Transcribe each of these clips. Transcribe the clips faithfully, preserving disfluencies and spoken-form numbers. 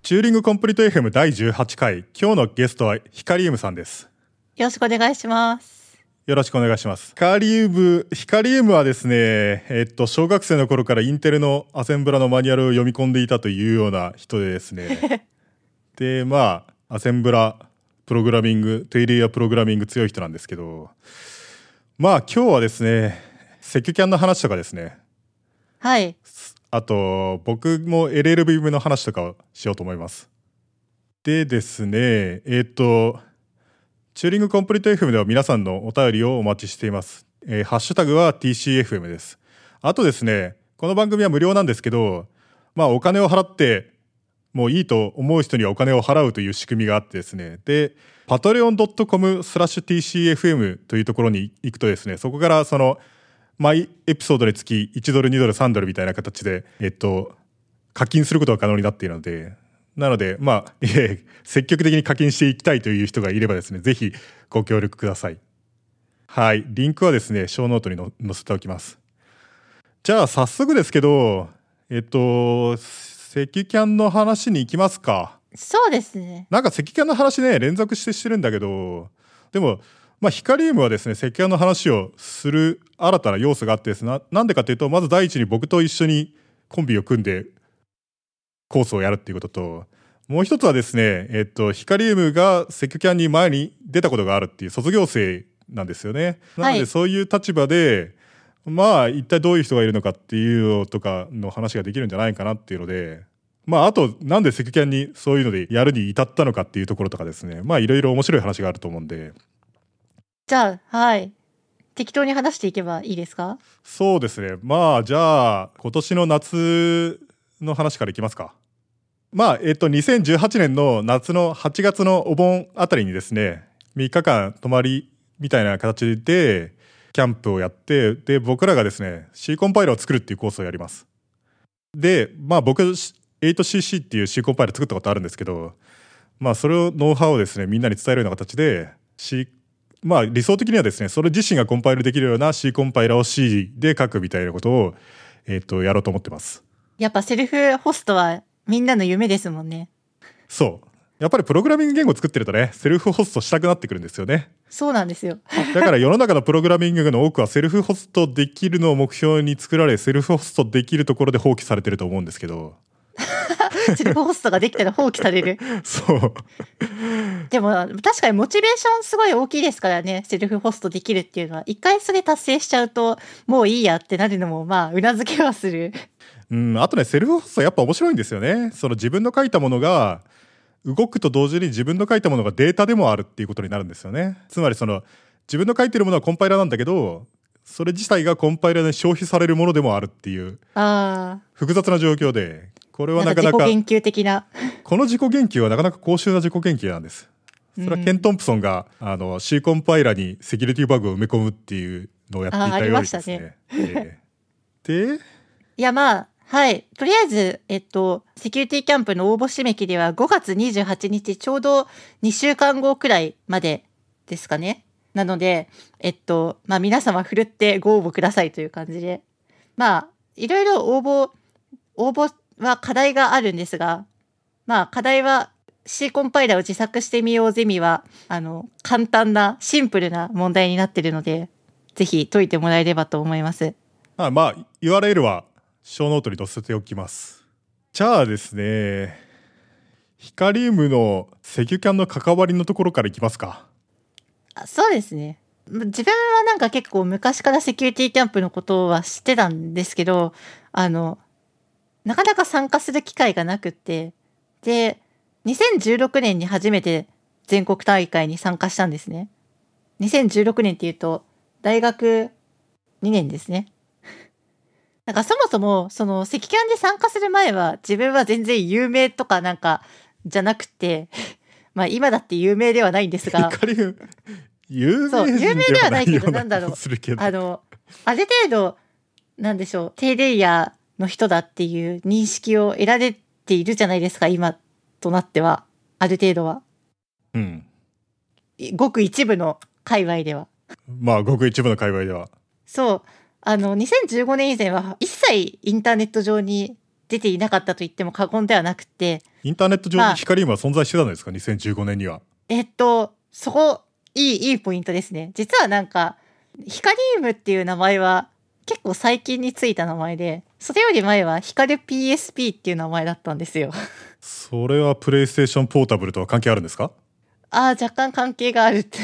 チューリングコンプリート エフエム だいじゅうはちかい、今日のゲストはヒカリウムさんです。 よろしくお願いします。 よろしくお願いします。ヒカリウム、ヒカリウムはですね、えっと小学生の頃からインテルのアセンブラのマニュアルを読み込んでいたというような人でですね。で、まあアセンブラプログラミング、テイレイヤープログラミング強い人なんですけど、まあ今日はですね、セキュキャンの話とかですね。 はい。 あと僕も エルエルブイ の話とかをしようと思います。でですね、えっとチューリングコンプリート エフエム では皆さんのお便りをお待ちしています。えー、ハッシュタグは ティーシーエフエム です。あとですね、この番組は無料なんですけど、まあお金を払ってもういいと思う人にはお金を払うという仕組みがあってですね。で、パトレオンドットコムスラッシュティーシーエフエム というところに行くとですね、そこからその毎エピソードにつきいちドル、にドル、さんドルみたいな形で、えっと、課金することが可能になっているので、なので、まあ、いえ、積極的に課金していきたいという人がいればですね、ぜひご協力ください。はい。リンクはですね、ショーノートにの載せておきます。じゃあ、早速ですけど、えっと、セキュキャンの話に行きますか。 そうですね。 なんかセキュキャンの話ね、連続してしてるんだけど、でも、まあ、ヒカリウムはですね、セキュキャンの話をする新たな要素があってですね、なんでかというと、まず第一に僕と一緒にコンビを組んで、コースをやるっていうことと、もう一つはですね、えっと、ヒカリウムがセキュキャンに前に出たことがあるっていう卒業生なんですよね。なのでそういう立場で、はい、まあ一体どういう人がいるのかっていうのとかの話ができるんじゃないかなっていうので、まああとなんでセキュキャンにそういうのでやるに至ったのかっていうところとかですね、まあいろいろ面白い話があると思うんで。 じゃあ、はい。適当に話していけばいいですか？ そうですね。まあじゃあ今年の夏の話からいきますか。まあ、えっと、にせんじゅうはちねんの夏のはちがつのお盆あたりにですね、みっかかん泊まりみたいな形でキャンプをやって、で、僕らがですね、C コンパイラーを作るっていうコースをやります。で、まあ僕、エイトシーシー っていう C コンパイラー作ったことあるんですけど、まあそれを、ノウハウをですね、みんなに伝えるような形で、C、まあ理想的にはですね、それ自身がコンパイルできるような C コンパイラーを C で書くみたいなことを、えっと、やろうと思ってます。 やっぱセルフホストはみんなの夢ですもんね。 そう。やっぱりプログラミング言語を作ってるとね、セルフホストしたくなってくるんですよね。 そうなんですよ。 だから世の中のプログラミングの多くはセルフホストできるのを目標に作られ、セルフホストできるところで放棄されてると思うんですけど。 セルフホストができたら放棄される。 そう。 でも確かにモチベーションすごい大きいですからね、セルフホストできるっていうのは。一回それ達成しちゃうと、もういいやってなるのも、まあ、うなずけはする。 うん、あとね、セルフホストやっぱ面白いんですよね。その自分の書いたものが動くと同時に自分の書いたものがデータでもあるっていうことになるんですよね。つまりその自分の書いてるものはコンパイラーなんだけど、それ自体がコンパイラーで消費されるものでもあるっていう複雑な状況で、これはなかなか自己研究的なこの自己研究はなかなか高秀な自己研究なんです。それはケン・トンプソンがあの C コンパイラーにセキュリティバグを埋め込むっていうのをやっていたようですね。えー、でいやまあはい。とりあえず、えっと、セキュリティキャンプの応募締め切りはごがつにじゅうはちにち、ちょうどにしゅうかんごくらいまでですかね。なので、えっと、まあ皆様ふるってご応募くださいという感じで。まあ、いろいろ応募、応募は課題があるんですが、まあ課題は C コンパイラーを自作してみようゼミは、あの、簡単なシンプルな問題になっているので、ぜひ解いてもらえればと思います。 あまあ、ユーアールエル は、ショーノートに載せておきます。じゃあですね、ヒカリウムのセキュキャンの関わりのところからいきますか。 あ、そうですね。自分はなんか結構昔からセキュリティキャンプのことは知ってたんですけど、あの、なかなか参加する機会がなくって、で、にせんじゅうろくねんに初めて全国大会に参加したんですね。にせんじゅうろくねんっていうと、大学にねんですね。なんかそもそも、その、セキキャンで参加する前は、自分は全然有名とかなんか、じゃなくて、まあ今だって有名ではないんですが。 有名そう、有名ではないけど、なんだろう。 あの、ある程度、なんでしょう、低レイヤーの人だっていう認識を得られているじゃないですか、今となっては。ある程度は。 うん。 ごく一部の界隈では。 まあ、ごく一部の界隈では。 そう。あの、にせんじゅうごねん以前は一切インターネット上に出ていなかったと言っても過言ではなくて。 イインターネット上にヒカリウムは存在してたんですか、まあ、にせんじゅうごねんには。 えっとそこいいいいポイントですね。実はなんかヒカリウムっていう名前は結構最近についた名前で、それより前はヒカル ピーエスピー っていう名前だったんですよ。 それはプレイステーションポータブルとは関係あるんですか？ ああ、若干関係があるって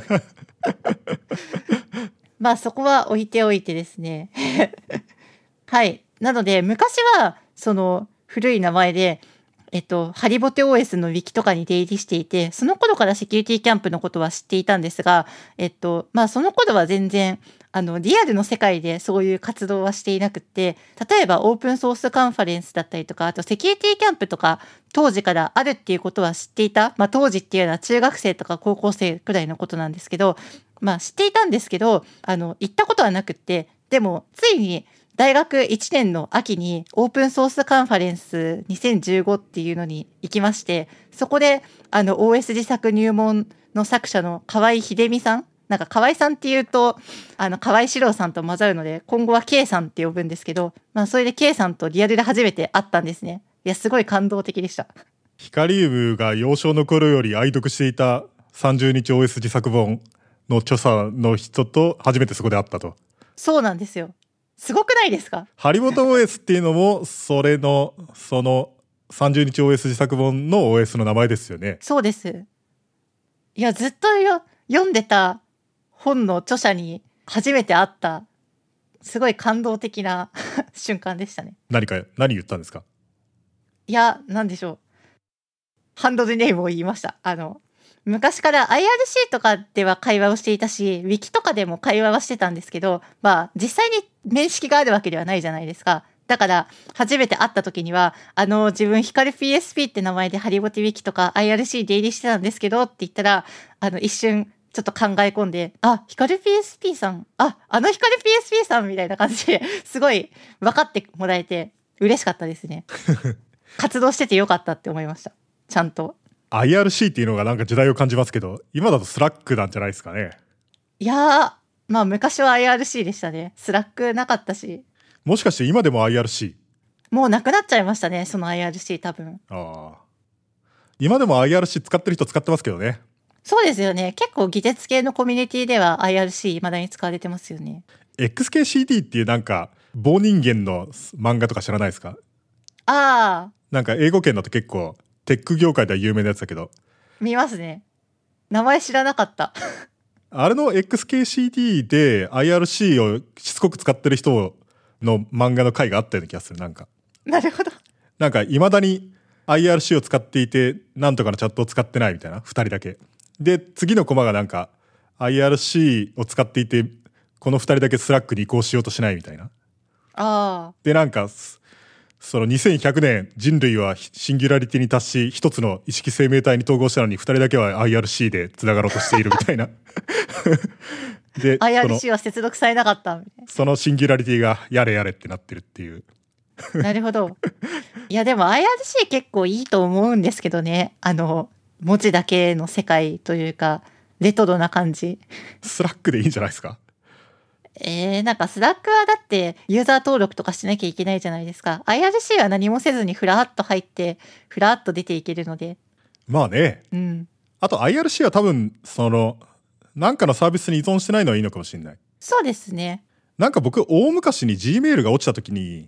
まあそこは置いておいてですねはい。なので昔はその古い名前でえっと、ハリボテ オーエス のウィキとかに出入りしていて、その頃からセキュリティキャンプのことは知っていたんですが、えっと、まあその頃は全然、あの、リアルの世界でそういう活動はしていなくって、例えばオープンソースカンファレンスだったりとか、あとセキュリティキャンプとか当時からあるっていうことは知っていた。まあ当時っていうのは中学生とか高校生くらいのことなんですけど、まあ知っていたんですけど、あの、行ったことはなくって、でもついに、大学いちねんの秋にオープンソースカンファレンスにせんじゅうごっていうのに行きまして、そこであの オーエス 自作入門の作者の河合秀美さん、なんか河合さんっていうとあの河合史郎さんと混ざるので今後は K さんって呼ぶんですけど、まあそれで K さんとリアルで初めて会ったんですね。いやすごい感動的でした。 ヒカリウムが幼少の頃より愛読していたさんじゅうにち オーエス 自作本の著者の人と初めてそこで会ったと。 そうなんですよ。すごくないですか？ ハリボテ オーエス っていうのもそれのそのさんじゅうにち オーエス 自作本の オーエス の名前ですよね。 そうです。いやずっとよ読んでた本の著者に初めて会ったすごい感動的な瞬間でしたね。 何か何言ったんですか？ いやなんでしょう、ハンドルネームを言いました。あの昔から アイアールシー とかでは会話をしていたし、ウィキとかでも会話はしてたんですけど、まあ実際に面識があるわけではないじゃないですか。だから初めて会った時には、あの自分ヒカル ピーエスピー って名前でハリボテウィキとか アイアールシー 出入りしてたんですけどって言ったら、あの一瞬ちょっと考え込んで、あ、ヒカル ピーエスピー さん、あ、あのヒカル ピーエスピー さんみたいな感じですごい分かってもらえて嬉しかったですね。活動しててよかったって思いました。ちゃんと。 アイアールシー っていうのがなんか時代を感じますけど、今だとスラックなんじゃないですかね。 いやー、まあ昔は アイアールシー でしたね。スラックなかったし。 もしかして今でも アイアールシー？ もうなくなっちゃいましたね、その アイアールシー 多分。 ああ。今でも アイアールシー 使ってる人使ってますけどね。 そうですよね。結構技術系のコミュニティでは アイアールシー 未だに使われてますよね。 エックスケーシーディー っていうなんか棒人間の漫画とか知らないですか？ ああ。 なんか英語圏だと結構テック業界では有名なやつだけど。 見ますね。名前知らなかった。 あれの エックスケーシーディー で アイアールシー をしつこく使ってる人の漫画の回があったような気がする。なんか。 なるほど。 なんか未だに アイアールシー を使っていてなんとかのチャットを使ってないみたいなふたりだけ。で次のコマがなんか アイアールシー を使っていてこのふたりだけスラックに移行しようとしないみたいな。 ああ。 でなんかそのにせんひゃくねん人類はシンギュラリティに達し一つの意識生命体に統合したのにふたりだけは アイアールシー でつながろうとしているみたいなでアイアールシー は接続されなかったみたいな。 そのシンギュラリティがやれやれってなってるっていうなるほど。いやでも アイアールシー 結構いいと思うんですけどね。あの文字だけの世界というかレトロな感じ。 スラックでいいんじゃないですか？ えー、なんかスラックはだってユーザー登録とかしなきゃいけないじゃないですか。アイアールシー は何もせずにフラーっと入ってフラーっと出ていけるので。 まあね。 うん。 あと アイアールシー は多分そのなんかのサービスに依存してないのはいいのかもしれない。 そうですね。 なんか僕大昔に Gmail が落ちた時に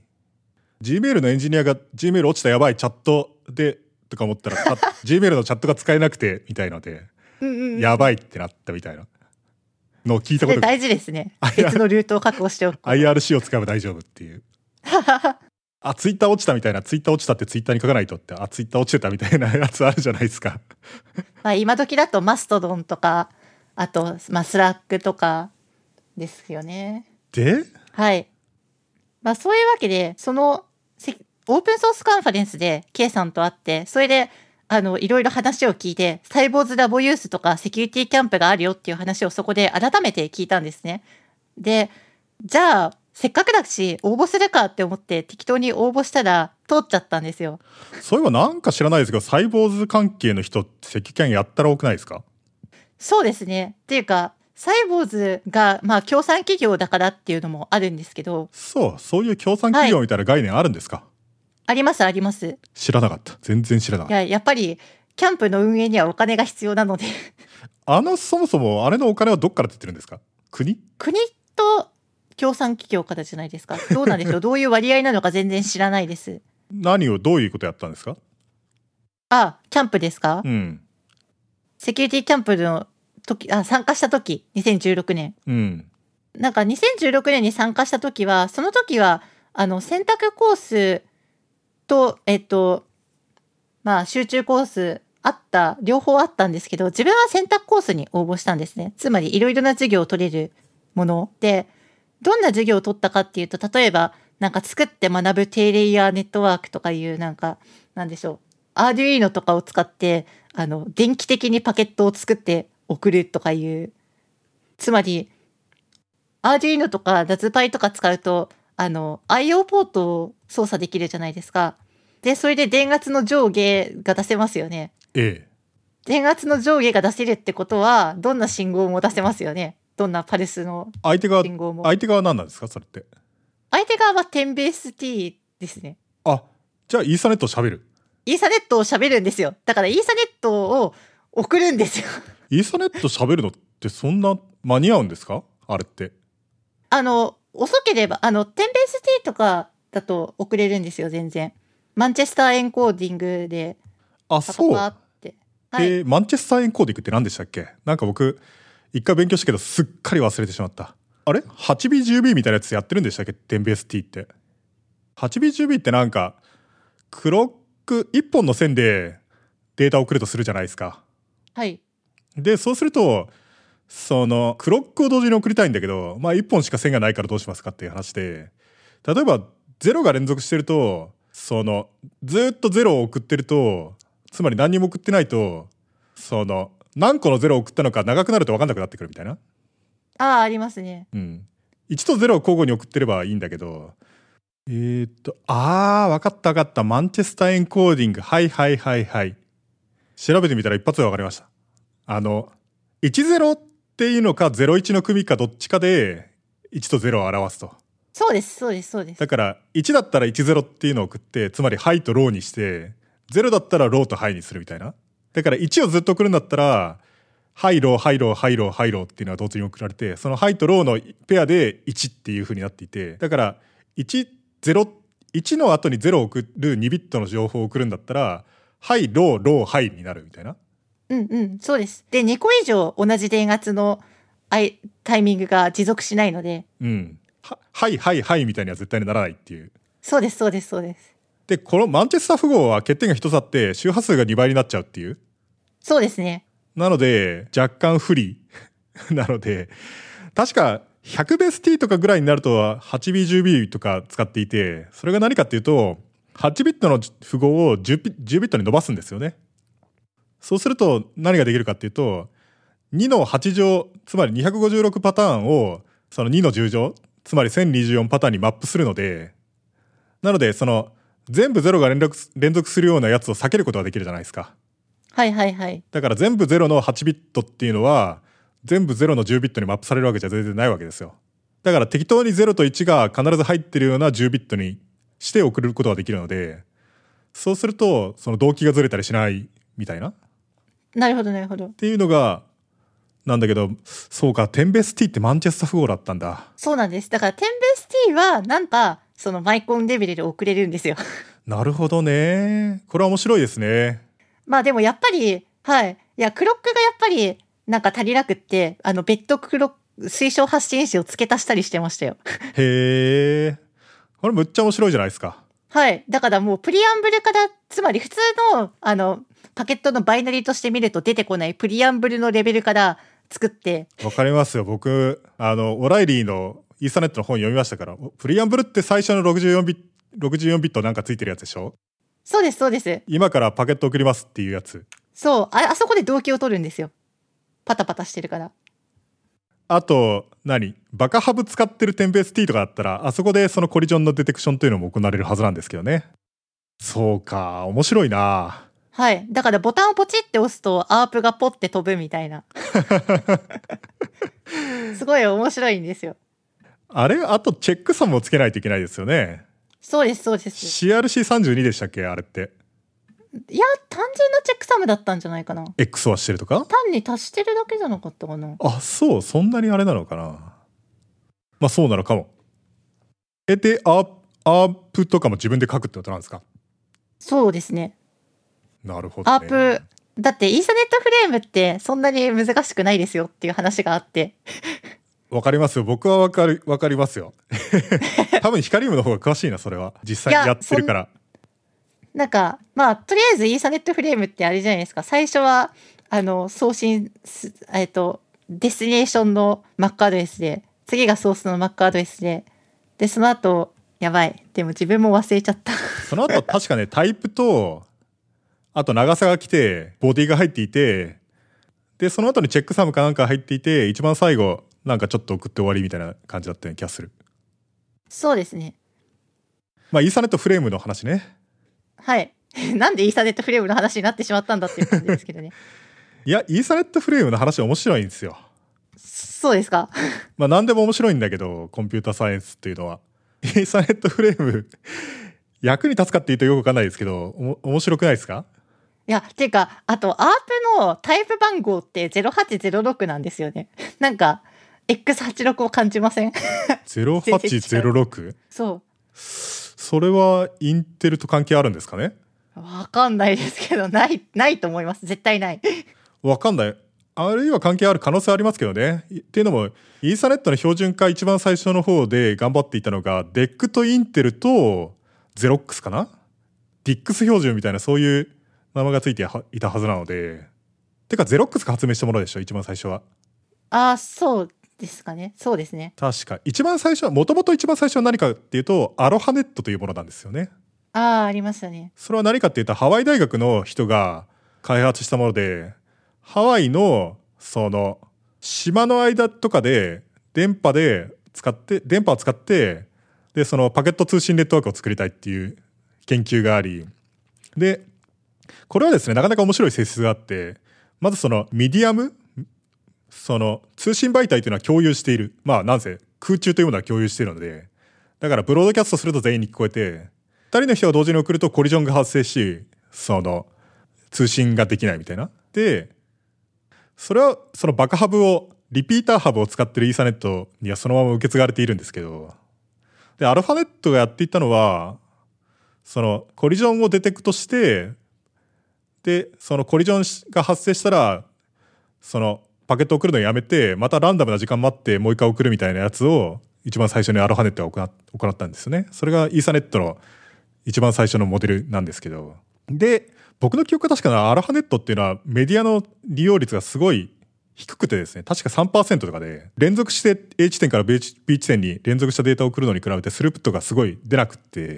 Gmail のエンジニアが Gmail 落ちたやばいチャットでとか思ったらGmail のチャットが使えなくてみたいので、 うんうんうん、 やばいってなったみたいなのを聞いたことが。 大事ですね。別のルートを確保しておく。 アイアールシー を使えば大丈夫っていう。あ、ツイッター落ちたみたいな、ツイッター落ちたってツイッターに書かないとって、あ、ツイッター落ちてたみたいなやつあるじゃないですか。 まあ今時だとマストドンとか、あと、まあ、スラックとかですよね。 で、 はい。まあそういうわけで、そのオープンソースカンファレンスで K さんと会って、それであのいろいろ話を聞いて、サイボーズラボユースとかセキュリティキャンプがあるよっていう話をそこで改めて聞いたんですね。で、じゃあせっかくだし応募するかって思って適当に応募したら通っちゃったんですよ。 そういえばなんか知らないですけど、サイボーズ関係の人セキュキャンやったら多くないですか？ そうですね。っていうかサイボーズがまあ協賛企業だからっていうのもあるんですけど、 そう、そういう協賛企業みたいな概念あるんですか？ はい、 ありますあります。 知らなかった。全然知らなかった。 いや、やっぱりキャンプの運営にはお金が必要なのであの、そもそもあれのお金はどっから出てるんですか？国国と協賛企業からじゃないですか。どうなんでしょうどういう割合なのか全然知らないです。 何をどういうことやったんですか？ あ、キャンプですか？ うん。 セキュリティキャンプの時、あ、参加した時、にせんじゅうろくねん。 うん。 なんかにせんじゅうろくねんに参加した時は、その時は、あの、選択コースと、えっと、まあ、集中コースあった、両方あったんですけど、自分は選択コースに応募したんですね。つまり、いろいろな授業を取れるもので、どんな授業を取ったかっていうと、例えば、なんか作って学ぶ低レイヤーネットワークとかいう、なんか、なんでしょう。アーデュイーノとかを使って、あの、電気的にパケットを作って送るとかいう、つまり、アーデュイーノとかラズパイとか使うと、あの、アイオー ポートを操作できるじゃないですか。で、それで電圧の上下が出せますよね。 ええ。 電圧の上下が出せるってことは、どんな信号も出せますよね。どんなパルスの相手側、 信号も。 相手側何なんですかそれって。 相手側は テンベースティー ですね。 あ、じゃあイーサネットを喋る。 イーサネットを喋るんですよ。だからイーサネットを送るんですよ。 イーサネット喋るのってそんな間に合うんですか？あれって。 あの、遅ければ、あの、テンベースティーとかだと送れるんですよ、全然。マンチェスターエンコーディングで。 あ、そう。 パパパって。はい、 えー、マンチェスターエンコーディングって何でしたっけ？なんか僕、一回勉強したけど、すっかり忘れてしまった。あれ ?はちビーじゅうビー みたいなやつやってるんでしたっけ？テンベース T って。はちビーじゅうビー ってなんか、クロック一本の線でデータを送るとするじゃないですか。 はい。 で、そうすると、その、クロックを同時に送りたいんだけど、まあ一本しか線がないからどうしますかっていう話で、例えばゼロが連続してると、その、ずっとゼロを送ってると、つまり何にも送ってないと、その、何個のゼロを送ったのか長くなると分かんなくなってくるみたいな。 ああ、ありますね。 うん。いちとゼロを交互に送ってればいいんだけど、えーっと、あー、分かった分かった。マンチェスターエンコーディング。はいはいはいはい。調べてみたら一発で分かりました。あの、いちゼロっていうのかゼロいちの組かどっちかでいちとゼロを表すと。 そうです、そうです、そうです。 だからいちだったらいちゼロっていうのを送って、つまりハイとローにして、ゼロだったらローとハイにするみたいな。だからいちをずっと送るんだったら、ハイロー、ハイロー、ハイロー、ハイローっていうのは同時に送られて、そのハイとローのペアでいちっていう風になっていて、だからいち、ゼロ、いちの後にゼロを送るにビットの情報を送るんだったら、ハイ、ロー、ロー、ハイになるみたいな。 うんうん、そうです。で、にこ以上同じ電圧のタイミングが持続しないので。 うん。は、はいはいはいみたいには絶対にならないっていう。 そうです、そうです、そうです。 で、このマンチェスター符号は欠点が一つあって、周波数がにばいになっちゃうっていう。 そうですね。 なので、若干不利。なので、確かひゃくベース T とかぐらいになると はちビーじゅうビー とか使っていて、それが何かっていうと、はちビットの符号を 10, じゅうビットに伸ばすんですよね。そうすると何ができるかっていうと、にのはち乗、つまりにひゃくごじゅうろくパターンをそのにのじゅう乗、つまりせんにじゅうよんパターンにマップするので、なのでその全部ゼロが連続、連続するようなやつを避けることができるじゃないですか。 はいはいはい。 だから全部ゼロのはちビットっていうのは全部ゼロのじゅうビットにマップされるわけじゃ全然ないわけですよ。だから適当にゼロといちが必ず入ってるようなじゅうビットにして送ることができるので、そうするとその動機がずれたりしないみたいな。 なるほどなるほど。 っていうのがなんだけど、そうか、テンベース T ってマンチェスター符号だったんだ。 そうなんです。だからテンベース T はなんかそのマイコンレベルで送れるんですよ。 なるほどね。これは面白いですね。 まあでもやっぱり、はい。いや、クロックがやっぱりなんか足りなくって、あの、別途クロック、推奨発信子を付け足したりしてましたよ。 へえ。これむっちゃ面白いじゃないですか。 はい。だからもうプリアンブルから、つまり普通の、あの、パケットのバイナリーとして見ると出てこないプリアンブルのレベルから作って。 わかりますよ。僕、あの、オライリーのイーサネットの本読みましたから、プリアンブルって最初のろくじゅうよんビット、ろくじゅうよんビットなんかついてるやつでしょ？ そうです、そうです。 今からパケット送りますっていうやつ。 そう。あ、あそこで動機を取るんですよ。パタパタしてるから。 あと、何バカハブ使ってるテンベース T とかだったら、あそこでそのコリジョンのディテクションというのも行われるはずなんですけどね。そうか、面白いな。 はい。だからボタンをポチって押すと、アープがポッて飛ぶみたいな。すごい面白いんですよ。 あれあとチェックソンもつけないといけないですよね。 そうですそうです。 シーアールシーさんじゅうに でしたっけあれって。 いや単純なチェックサムだったんじゃないかな。 X はしてるとか単に足してるだけじゃなかったかな。 あ、そう、そんなにあれなのかな。まあそうなのかも。えでアープアープとかも自分で書くってことなんですか？ そうですね。 なるほど、ね、 アープだってイーサネットフレームってそんなに難しくないですよっていう話があってわかりますよ。僕はわかるわかりますよ多分ヒカリウムの方が詳しいな。それは実際にやってるから。 なんかまあとりあえずイーサネットフレームってあれじゃないですか。最初はあの送信えっとデスティネーションの Mac アドレスで、次がソースの Mac アドレスで、でその後やばい、でも自分も忘れちゃったその後確かねタイプとあと長さが来てボディが入っていて、でその後にチェックサムかなんか入っていて、一番最後なんかちょっと送って終わりみたいな感じだったような気がする。 そうですね。 まあイーサネットフレームの話ね。 はいなんでイーサネットフレームの話になってしまったんだっていう感じですけどねいやイーサネットフレームの話面白いんですよ。 そうですかまあ何でも面白いんだけど、コンピューターサイエンスっていうのはイーサネットフレーム役に立つかっていうとよくわかんないですけど、お面白くないですか？ いやていうか、あとアープのタイプ番号ってゼロはちゼロろくなんですよね。なんか エックスはちじゅうろく を感じませんゼロはちゼロろくそう。 それはインテルと関係あるんですかね？ わかんないですけど、ないないと思います。絶対ないわかんない。あるいは関係ある可能性ありますけどね。っていうのもイーサネットの標準化一番最初の方で頑張っていたのがデックとインテルとゼロックスかな、ディックス標準みたいなそういう名前がついていたはずなので、てかゼロックスが発明したものでしょ一番最初は。 ああそうですかね。そうですね。 確か一番最初はもともと一番最初は何かっていうとアロハネットというものなんですよね。 ああありましたね。 それは何かっていうとハワイ大学の人が開発したもので、ハワイのその島の間とかで電波で使って電波を使ってでそのパケット通信ネットワークを作りたいっていう研究があり、でこれはですねなかなか面白い性質があって、まずそのミディアム、その通信媒体というのは共有している、まあなんせ空中というものは共有しているので、だからブロードキャストすると全員に聞こえて、ふたりの人が同時に送るとコリジョンが発生し、その通信ができないみたいな。でそれはそのバカハブをリピーターハブを使ってるイーサネットにはそのまま受け継がれているんですけど、でアルファネットがやっていったのはそのコリジョンをデテクトして、でそのコリジョンが発生したらそのパケットを送るのをやめて、またランダムな時間待ってもう一回送るみたいなやつを一番最初にアルファネットが行ったんですよね。それがイーサネットの一番最初のモデルなんですけど、で僕の記憶が確かなアルファネットっていうのはメディアの利用率がすごい低くてですね、確か さんパーセント とかで連続して A 地点から B 地点に連続したデータを送るのに比べてスループットがすごい出なくって、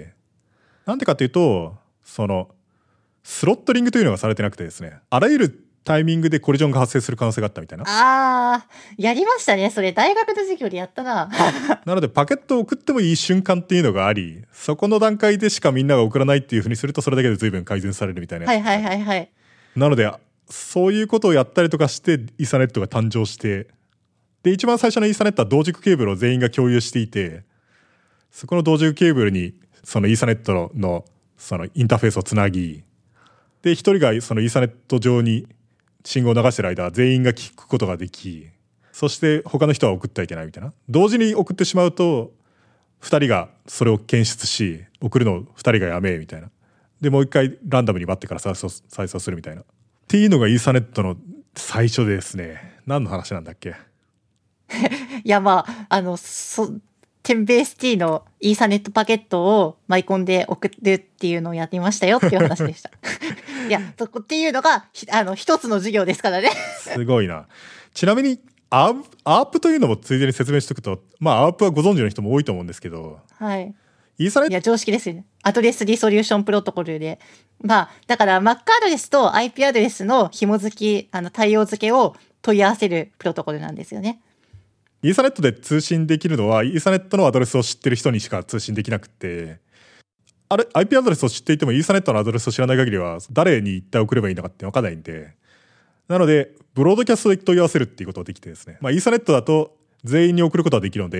なんでかっていうとそのスロットリングというのがされてなくてですね、あらゆるタイミングでコリジョンが発生する可能性があったみたいな。 あーやりましたね。それ大学の授業でやったななのでパケットを送ってもいい瞬間っていうのがあり、そこの段階でしかみんなが送らないっていう風にするとそれだけで随分改善されるみたいな。 はいはいはいはい。 なのでそういうことをやったりとかしてイーサネットが誕生して、で一番最初のイーサネットは同軸ケーブルを全員が共有していて、そこの同軸ケーブルにそのイーサネットのそのインターフェースをつなぎ、で一人がそのイーサネット上に信号を流してる間全員が聞くことができ、そして他の人は送ってはいけないみたいな。同時に送ってしまうとふたりがそれを検出し送るのをふたりがやめみたいな。でもう一回ランダムに待ってから再送再送するみたいなっていうのがイーサネットの最初でですね。何の話なんだっけいやまああのそテンベース T のイーサネットパケットをマイコンで送るっていうのをやってみましたよっていう話でしたいやっていうのがあの一つの授業ですからねすごいな。ちなみにアープ、アープというのもついでに説明しておくと、まあアープはご存知の人も多いと思うんですけど、 はい、 イーサネット、 いや常識ですよね。アドレスリソリューションプロトコルで、まあだから Mac アドレスと アイピー アドレスの紐付きあの対応付けを問い合わせるプロトコルなんですよね。 イーサネットで通信できるのはイーサネットのアドレスを知ってる人にしか通信できなくて、あれ アイピー アドレスを知っていてもイーサネットのアドレスを知らない限りは誰に一体送ればいいのかって分かんないんで、なのでブロードキャストで問い合わせるっていうことができてですね、まあ、イーサネットだと全員に送ることはできるので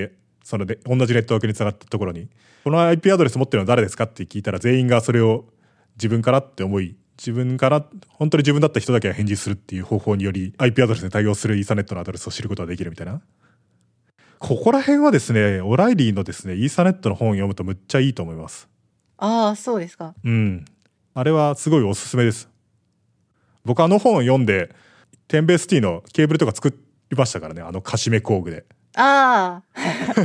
そので同じネットワークにつながったところにこの アイピー アドレス持ってるのは誰ですかって聞いたら全員がそれを自分からって思い自分から本当に自分だった人だけが返事するっていう方法により アイピー アドレスに対応するイーサネットのアドレスを知ることができるみたいな。ここら辺はですねオライリーのですねイーサネットの本を読むとむっちゃいいと思います。 ああそうですか。 うんあれはすごいおすすめです。僕あの本を読んでテンベース T のケーブルとか作りましたからねあのカシメ工具で。 ああ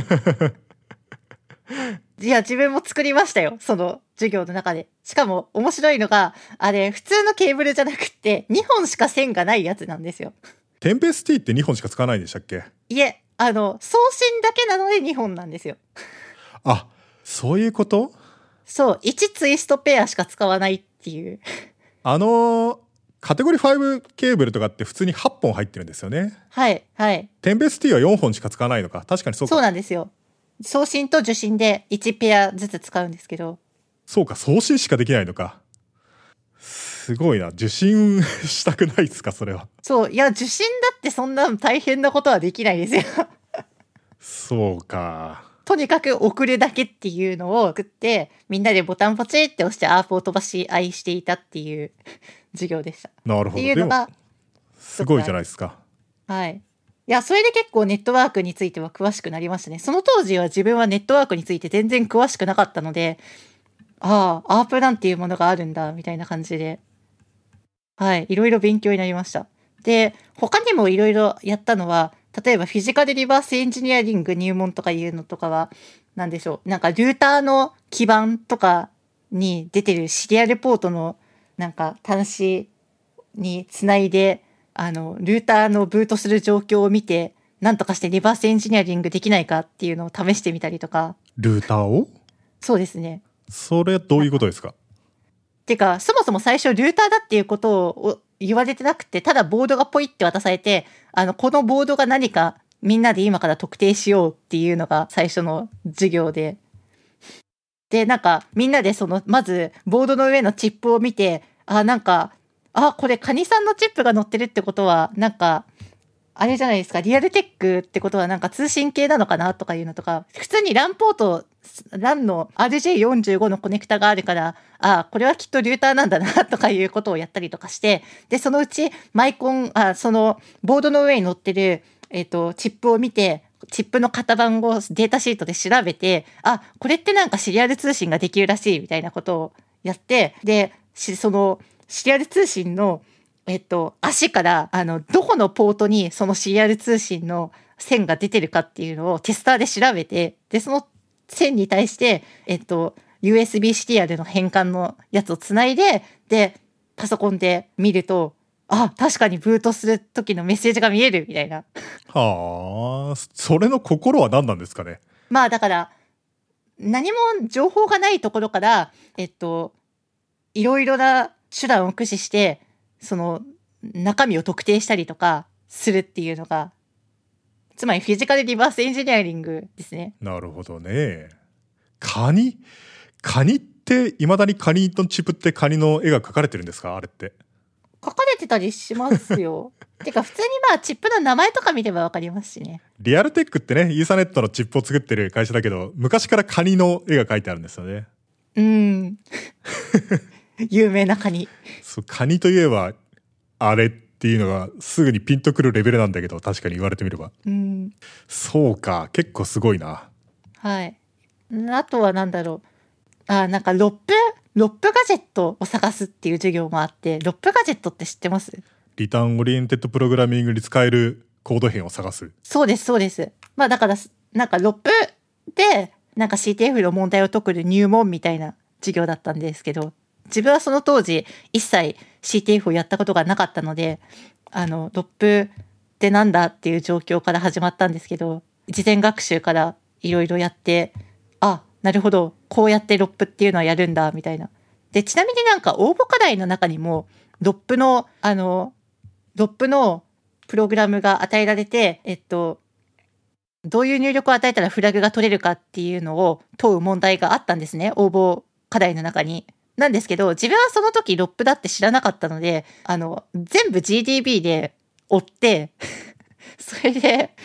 いや自分も作りましたよその授業の中で。しかも面白いのがあれ普通のケーブルじゃなくってにほんしか線がないやつなんですよ。 テンベース T ってにほんしか使わないんでしたっけ？ いえあの送信だけなのでにほんなんですよ。 あそういうこと？ そういちツイストペアしか使わないっていうあのカテゴリーごケーブルとかって普通にはっぽん入ってるんですよね。 はいはいテンベース T はよんほんしか使わないのか。確かにそうか。 そうなんですよ。送信と受信でいちペアずつ使うんですけど。 そうか送信しかできないのか。すごいな。受信したくないですかそれは。 そういや受信だってそんな大変なことはできないですよそうか。 とにかく送るだけっていうのを作ってみんなでボタンポチって押してアープを飛ばし合いしていたっていう授業でした。 なるほど。 っていうのがすごいじゃないですか。 はいいやそれで結構ネットワークについては詳しくなりましたね。その当時は自分はネットワークについて全然詳しくなかったのでああアープなんていうものがあるんだみたいな感じではいいろいろ勉強になりました。で他にもいろいろやったのは例えばフィジカルリバースエンジニアリング入門とかいうのとかは何でしょうなんかルーターの基板とかに出てるシリアルポートのなんか端子につないであのルーターのブートする状況を見て何とかしてリバースエンジニアリングできないかっていうのを試してみたりとか。 ルーターを？ そうですね。 それはどういうことですか？ てかそもそも最初ルーターだっていうことを言われてなくてただボードがポイって渡されてあのこのボードが何かみんなで今から特定しようっていうのが最初の授業ででなんかみんなでそのまずボードの上のチップを見てあなんかあこれカニさんのチップが載ってるってことはなんかあれじゃないですかリアルテックってことはなんか通信系なのかなとかいうのとか普通に ラン ポート ラン の アールジェーよんじゅうご のコネクタがあるからあこれはきっとルーターなんだなとかいうことをやったりとかしてでそのうちマイコンあそのボードの上に載ってる、えーと、チップを見てチップの型番をデータシートで調べてあこれってなんかシリアル通信ができるらしいみたいなことをやってでそのシリアル通信のえっと、足からあのどこのポートにそのシリアル通信の線が出てるかっていうのをテスターで調べてでその線に対して、えっと、ユーエスビー シリアルの変換のやつをつないででパソコンで見るとあ確かにブートする時のメッセージが見えるみたいな。 はあそれの心は何なんですかね。 まあだから何も情報がないところからえっといろいろな手段を駆使してその中身を特定したりとかするっていうのがつまりフィジカルリバースエンジニアリングですね。 なるほどね。カニカニっていまだにカニのチップってカニの絵が描かれてるんですか？あれって書かれてたりしますよてか普通にまあチップの名前とか見ればわかりますしね。 リアルテックってねイーサネットのチップを作ってる会社だけど昔からカニの絵が描いてあるんですよね。 うん有名なカニ。 そうカニといえばあれっていうのがすぐにピンとくるレベルなんだけど確かに言われてみれば、 うん、 そうか結構すごいな。 はいあとはなんだろうあなんかロップロップガジェットを探すっていう授業もあってロップガジェットって知ってます？ リターンオリエンテッドプログラミングに使えるコード編を探す。 そうですそうです。まあだからなんかロップでなんか シーティーエフ の問題を解く入門みたいな授業だったんですけど自分はその当時一切 シーティーエフ をやったことがなかったのであのロップってなんだっていう状況から始まったんですけど事前学習からいろいろやってあなるほどこうやってロップっていうのはやるんだみたいな。でちなみになんか応募課題の中にもロップのあのロップのプログラムが与えられてえっとどういう入力を与えたらフラグが取れるかっていうのを問う問題があったんですね応募課題の中に。なんですけど自分はその時ロップだって知らなかったのであの全部 ジーディービー で追ってそれで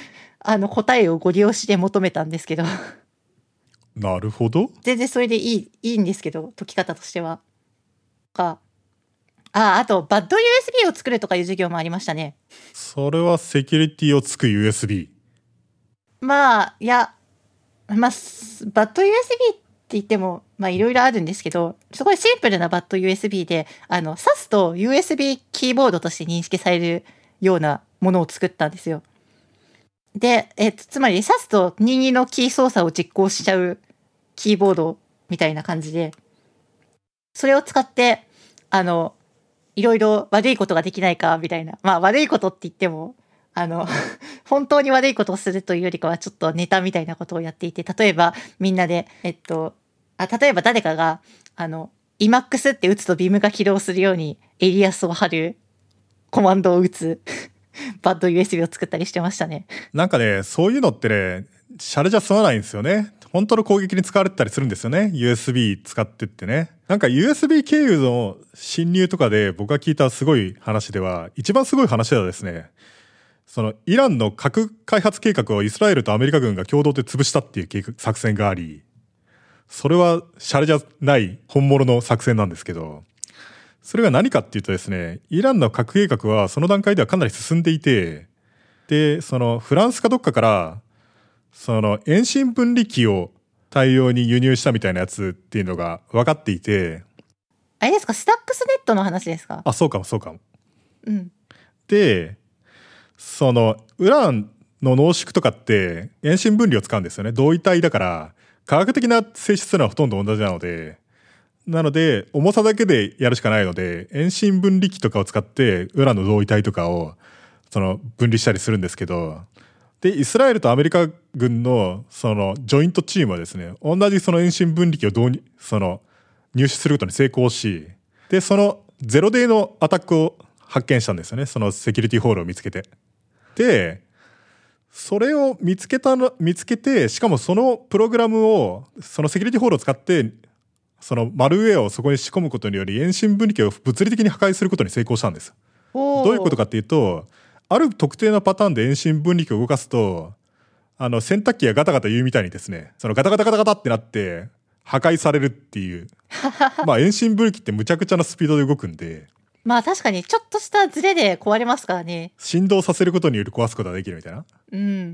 あの答えをご利用しで求めたんですけどなるほど。 全然それでいいいいんですけど、解き方としては。かああとバッド ユーエスビー を作るとかいう授業もありましたね。 それはセキュリティをつく ユーエスビー。 まあいやまあバッド ユーエスビー って言ってもまあいろいろあるんですけど、すごいシンプルなバッド ユーエスビー であの挿すと ユーエスビー キーボードとして認識されるようなものを作ったんですよ。で、えっと、つまり挿すと任意のキー操作を実行しちゃうキーボードみたいな感じで、それを使ってあのいろいろ悪いことができないかみたいな、まあ悪いことって言ってもあの本当に悪いことをするというよりかはちょっとネタみたいなことをやっていて、例えばみんなでえっとあ例えば誰かがあの イーマックス って打つとビームが起動するようにエリアスを貼るコマンドを打つバッド ユーエスビー を作ったりしてましたね。 なんかね、そういうのってね、シャレじゃ済まないんですよね。本当の攻撃に使われてたりするんですよね。ユーエスビー 使ってってね。なんか ユーエスビー 経由の侵入とかで僕が聞いたすごい話では、一番すごい話ではですね、そのイランの核開発計画をイスラエルとアメリカ軍が共同で潰したっていう計画作戦があり、それはシャレじゃない本物の作戦なんですけど、それが何かっていうとですね、イランの核計画はその段階ではかなり進んでいて、で、そのフランスかどっかから、その遠心分離機を大量に輸入したみたいなやつっていうのが分かっていて。 あれですか、スタックスネットの話ですか？ あ、そうかもそうかも。 うん。 で、そのウランの濃縮とかって遠心分離を使うんですよね。同位体だから科学的な性質というのはほとんど同じなので、なので重さだけでやるしかないので、遠心分離機とかを使ってウランの同位体とかをその分離したりするんですけど、でイスラエルとアメリカ軍のそのジョイントチームはですね、同じその遠心分離機を導入その入手することに成功し、でそのゼロデーのアタックを発見したんですよね。そのセキュリティホールを見つけて、でそれを見つけたの見つけてしかもそのプログラムをそのセキュリティホールを使ってそのマルウェアをそこに仕込むことにより遠心分離機を物理的に破壊することに成功したんです。どういうことかっていうと、ある特定のパターンで遠心分離機を動かすと、あの洗濯機がガタガタ言うみたいにですね、そのガタガタガタガタってなって破壊されるっていうまあ遠心分離機ってむちゃくちゃなスピードで動くんで、 まあ確かにちょっとしたズレで壊れますからね。 振動させることにより壊すことができるみたいな。 うん。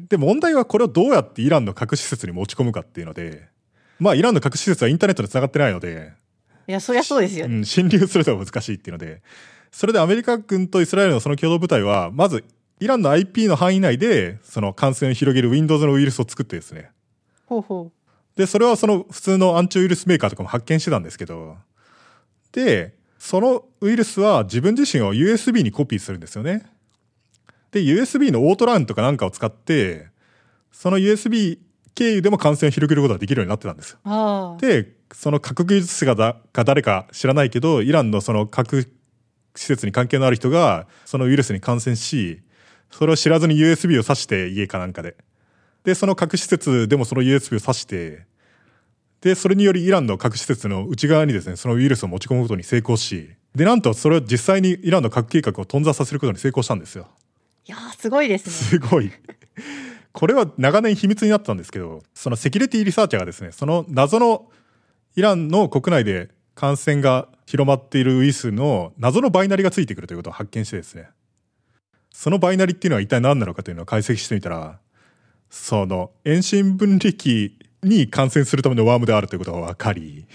で問題はこれをどうやってイランの核施設に持ち込むかっていうので、まあイランの核施設はインターネットで繋がってないので、 いやそりゃそうですよね。 うん、侵入するのが難しいっていうので、それでアメリカ軍とイスラエルのその共同部隊はまずイランの アイピー の範囲内でその感染を広げる Windows のウイルスを作ってですね、 ほうほう。 でそれはその普通のアンチウイルスメーカーとかも発見してたんですけど、でそのウイルスは自分自身を ユーエスビー にコピーするんですよね。で ユーエスビー のオートランとかなんかを使ってその ユーエスビー 経由でも感染を広げることができるようになってたんですよ。 あでその核技術者がだか誰か知らないけど、イランのその核施設に関係のある人がそのウイルスに感染し、それを知らずに ユーエスビー を挿して家かなんかで、でその核施設でもその ユーエスビー を挿して、でそれによりイランの核施設の内側にですねそのウイルスを持ち込むことに成功し、でなんとそれを実際にイランの核計画を頓挫させることに成功したんですよ。 いやーすごいですね。 すごいこれは長年秘密になってたんですけど、そのセキュリティリサーチャーがですね、その謎のイランの国内で感染が広まっているウイルスの謎のバイナリがついてくるということを発見してですね、そのバイナリっていうのは一体何なのかというのを解析してみたら、その遠心分離機に感染するためのワームであるということが分かり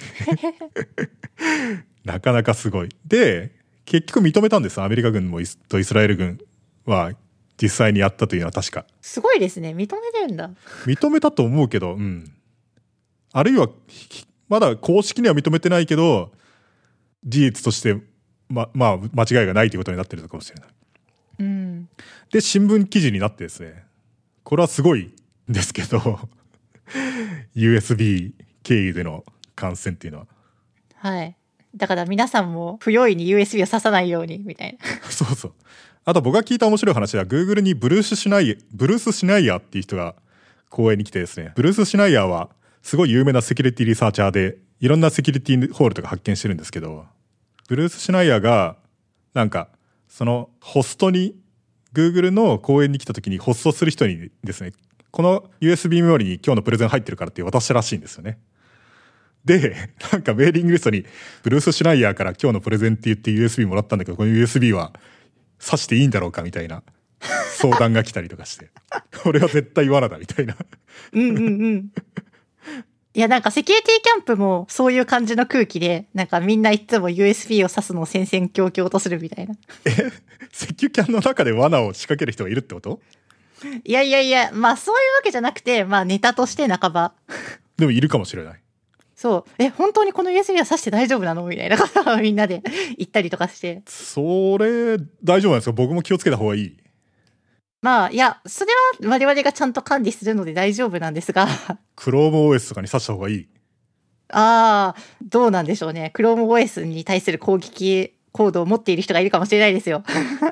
なかなかすごい。で結局認めたんです。アメリカ軍もとイスラエル軍は実際にやったというのは確か。 すごいですね。認めるんだ。 認めたと思うけど、うん。あるいはまだ公式には認めてないけど事実としてままあ間違いがないということになっているのかもしれない。 うん。 で新聞記事になってですね、これはすごいんですけどユーエスビー 経由での感染っていうのは、 はい。だから皆さんも不用意に ユーエスビー を刺さないようにみたいなそうそう。あと僕が聞いた面白い話は Google にブルース・シュナイブルース・シュナイヤーっていう人が講演に来てですね、ブルース・シュナイヤーはすごい有名なセキュリティリサーチャーでいろんなセキュリティホールとか発見してるんですけど、ブルース・シュナイヤーがなんかそのホストに Google の講演に来た時に発送する人にですね、この ユーエスビー メモリに今日のプレゼン入ってるからって渡したらしいんですよね。で、なんかメーリングリストにブルース・シュナイヤーから今日のプレゼンって言って ユーエスビー もらったんだけど、この ユーエスビー は挿していいんだろうかみたいな相談が来たりとかして、俺は絶対罠だみたいな。 うんうんうん。いやなんかセキュリティキャンプもそういう感じの空気で、なんかみんないつも ユーエスビー を挿すのを戦々恐々とするみたいな。 え、セキュキャンの中で罠を仕掛ける人がいるってこと？ いやいやいや、まあそういうわけじゃなくて、まあネタとして半ば。 でもいるかもしれない。 そう。え、本当にこの ユーエスビー は挿して大丈夫なのみたいなことをみんなで言ったりとかして。 それ、大丈夫なんですか？僕も気をつけた方がいい。 まあ、いや、それは我々がちゃんと管理するので大丈夫なんですが。 ChromeOS とかに挿した方がいい。 ああ、どうなんでしょうね。ChromeOS に対する攻撃コードを持っている人がいるかもしれないですよ。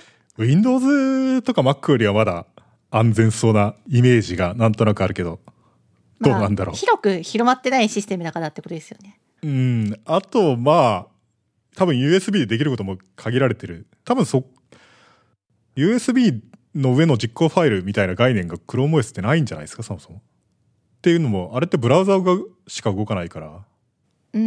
Windows とか Mac よりはまだ安全そうなイメージがなんとなくあるけど、どうなんだろう。 まあ、広く広まってないシステムだからってことですよね。 うん。あと、まあ、多分 ユーエスビー でできることも限られてる。多分そ、ユーエスビー の上の実行ファイルみたいな概念が ChromeOS ってないんじゃないですか、そもそも。っていうのも、あれってブラウザーがしか動かないから。 うん。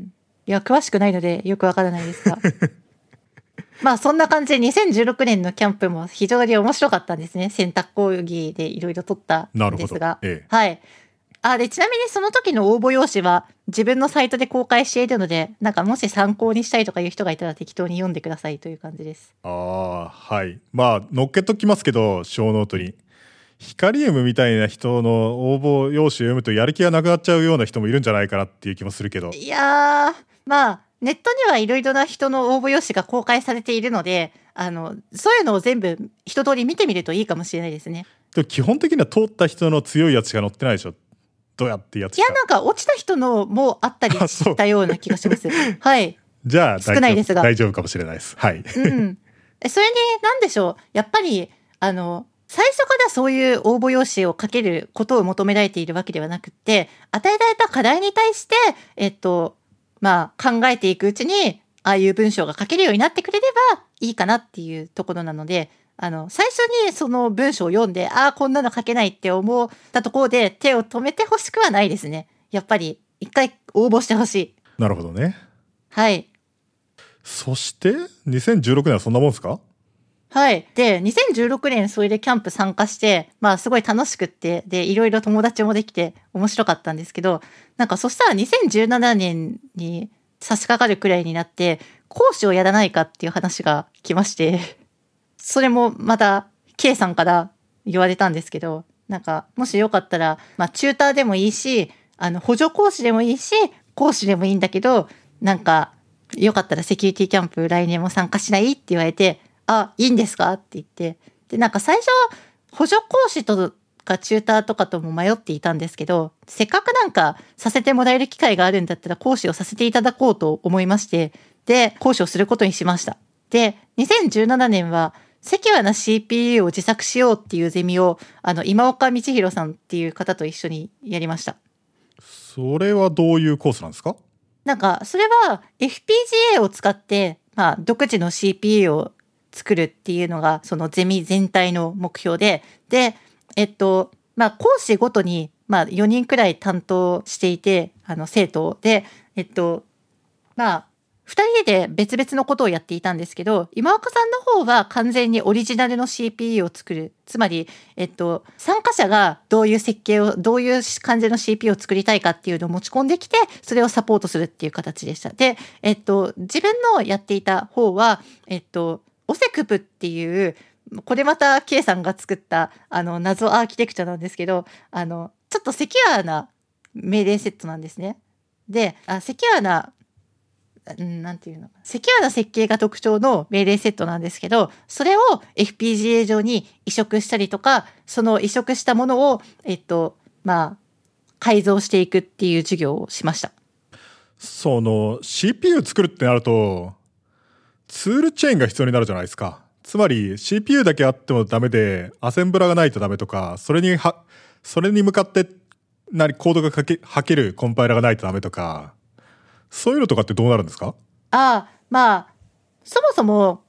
いや、詳しくないのでよくわからないですが。まあそんな感じでにせんじゅうろくねんのキャンプも非常に面白かったんですね。選択講義でいろいろ取ったんですが。ええ、はい。あ、で、ちなみにその時の応募用紙は自分のサイトで公開しているので、なんかもし参考にしたいとかいう人がいたら適当に読んでくださいという感じです。 ああ、はい。まあ、乗っけときますけど、小ノートに。ヒカリエムみたいな人の応募用紙を読むとやる気がなくなっちゃうような人もいるんじゃないかなっていう気もするけど。 いやー、まあ、ネットにはいろいろな人の応募用紙が公開されているので、あの、そういうのを全部一通り見てみるといいかもしれないですね。 でも基本的には通った人の強いやつしか載ってないでしょ。どうやってやつか。 いや、なんか落ちた人のもあったりしたような気がします。はい。 じゃあ、 少ないですが。 大丈夫かもしれないです。はい。うん。 それに、なんでしょう。やっぱり、あの、最初からそういう応募用紙を書けることを求められているわけではなくって、与えられた課題に対して、えっと、まあ、考えていくうちに、ああいう文章が書けるようになってくれればいいかなっていうところなので、あの、最初にその文章を読んで、ああ、こんなの書けないって思ったところで手を止めてほしくはないですね。やっぱり、一回応募してほしい。 なるほどね。 はい。 そして、にせんじゅうろくねんはそんなもんですか？ はい。で、にせんじゅうろくねんそれでキャンプ参加して、まあすごい楽しくって、で、いろいろ友達もできて面白かったんですけど、なんかそしたらにせんじゅうななねんに差し掛かるくらいになって、講師をやらないかっていう話が来まして、それもまた K さんから言われたんですけど、なんかもしよかったら、まあチューターでもいいし、あの補助講師でもいいし、講師でもいいんだけど、なんかよかったらセキュリティキャンプ来年も参加しないって言われて、あ、いいんですかって言って。で、なんか最初、補助講師とかチューターとかとも迷っていたんですけど、せっかくなんかさせてもらえる機会があるんだったら講師をさせていただこうと思いまして、で、講師をすることにしました。で、にせんじゅうななねんは、セキュアな シーピーユー を自作しようっていうゼミを、あの、今岡道弘さんっていう方と一緒にやりました。 それはどういうコースなんですか？ なんか、それは エフピージーエー を使って、まあ、独自の シーピーユー を作るっていうのが、そのゼミ全体の目標で、で、えっと、まあ、講師ごとに、まあ、よにんくらい担当していて、あの、生徒で、えっと、まあ、ふたりで別々のことをやっていたんですけど、今岡さんの方は完全にオリジナルの シーピーユー を作る。つまり、えっと、参加者がどういう設計を、どういう感じの シーピーユー を作りたいかっていうのを持ち込んできて、それをサポートするっていう形でした。で、えっと、自分のやっていた方は、えっと、オセクプっていう、これまた K さんが作ったあの謎アーキテクチャなんですけど、あの、ちょっとセキュアな命令セットなんですね。で、あセキュアな、なんていうのかな、セキュアな設計が特徴の命令セットなんですけど、それを エフピージーエー 上に移植したりとか、その移植したものを、えっと、まあ、改造していくっていう授業をしました。 その シーピーユー 作るってなると、ツールチェーンが必要になるじゃないですか。つまり シーピーユー だけあってもダメで、アセンブラがないとダメとか、それには、それに向かって何コードが書け、吐けるコンパイラがないとダメとか、そういうのとかってどうなるんですか？ ああ、まあ、そもそも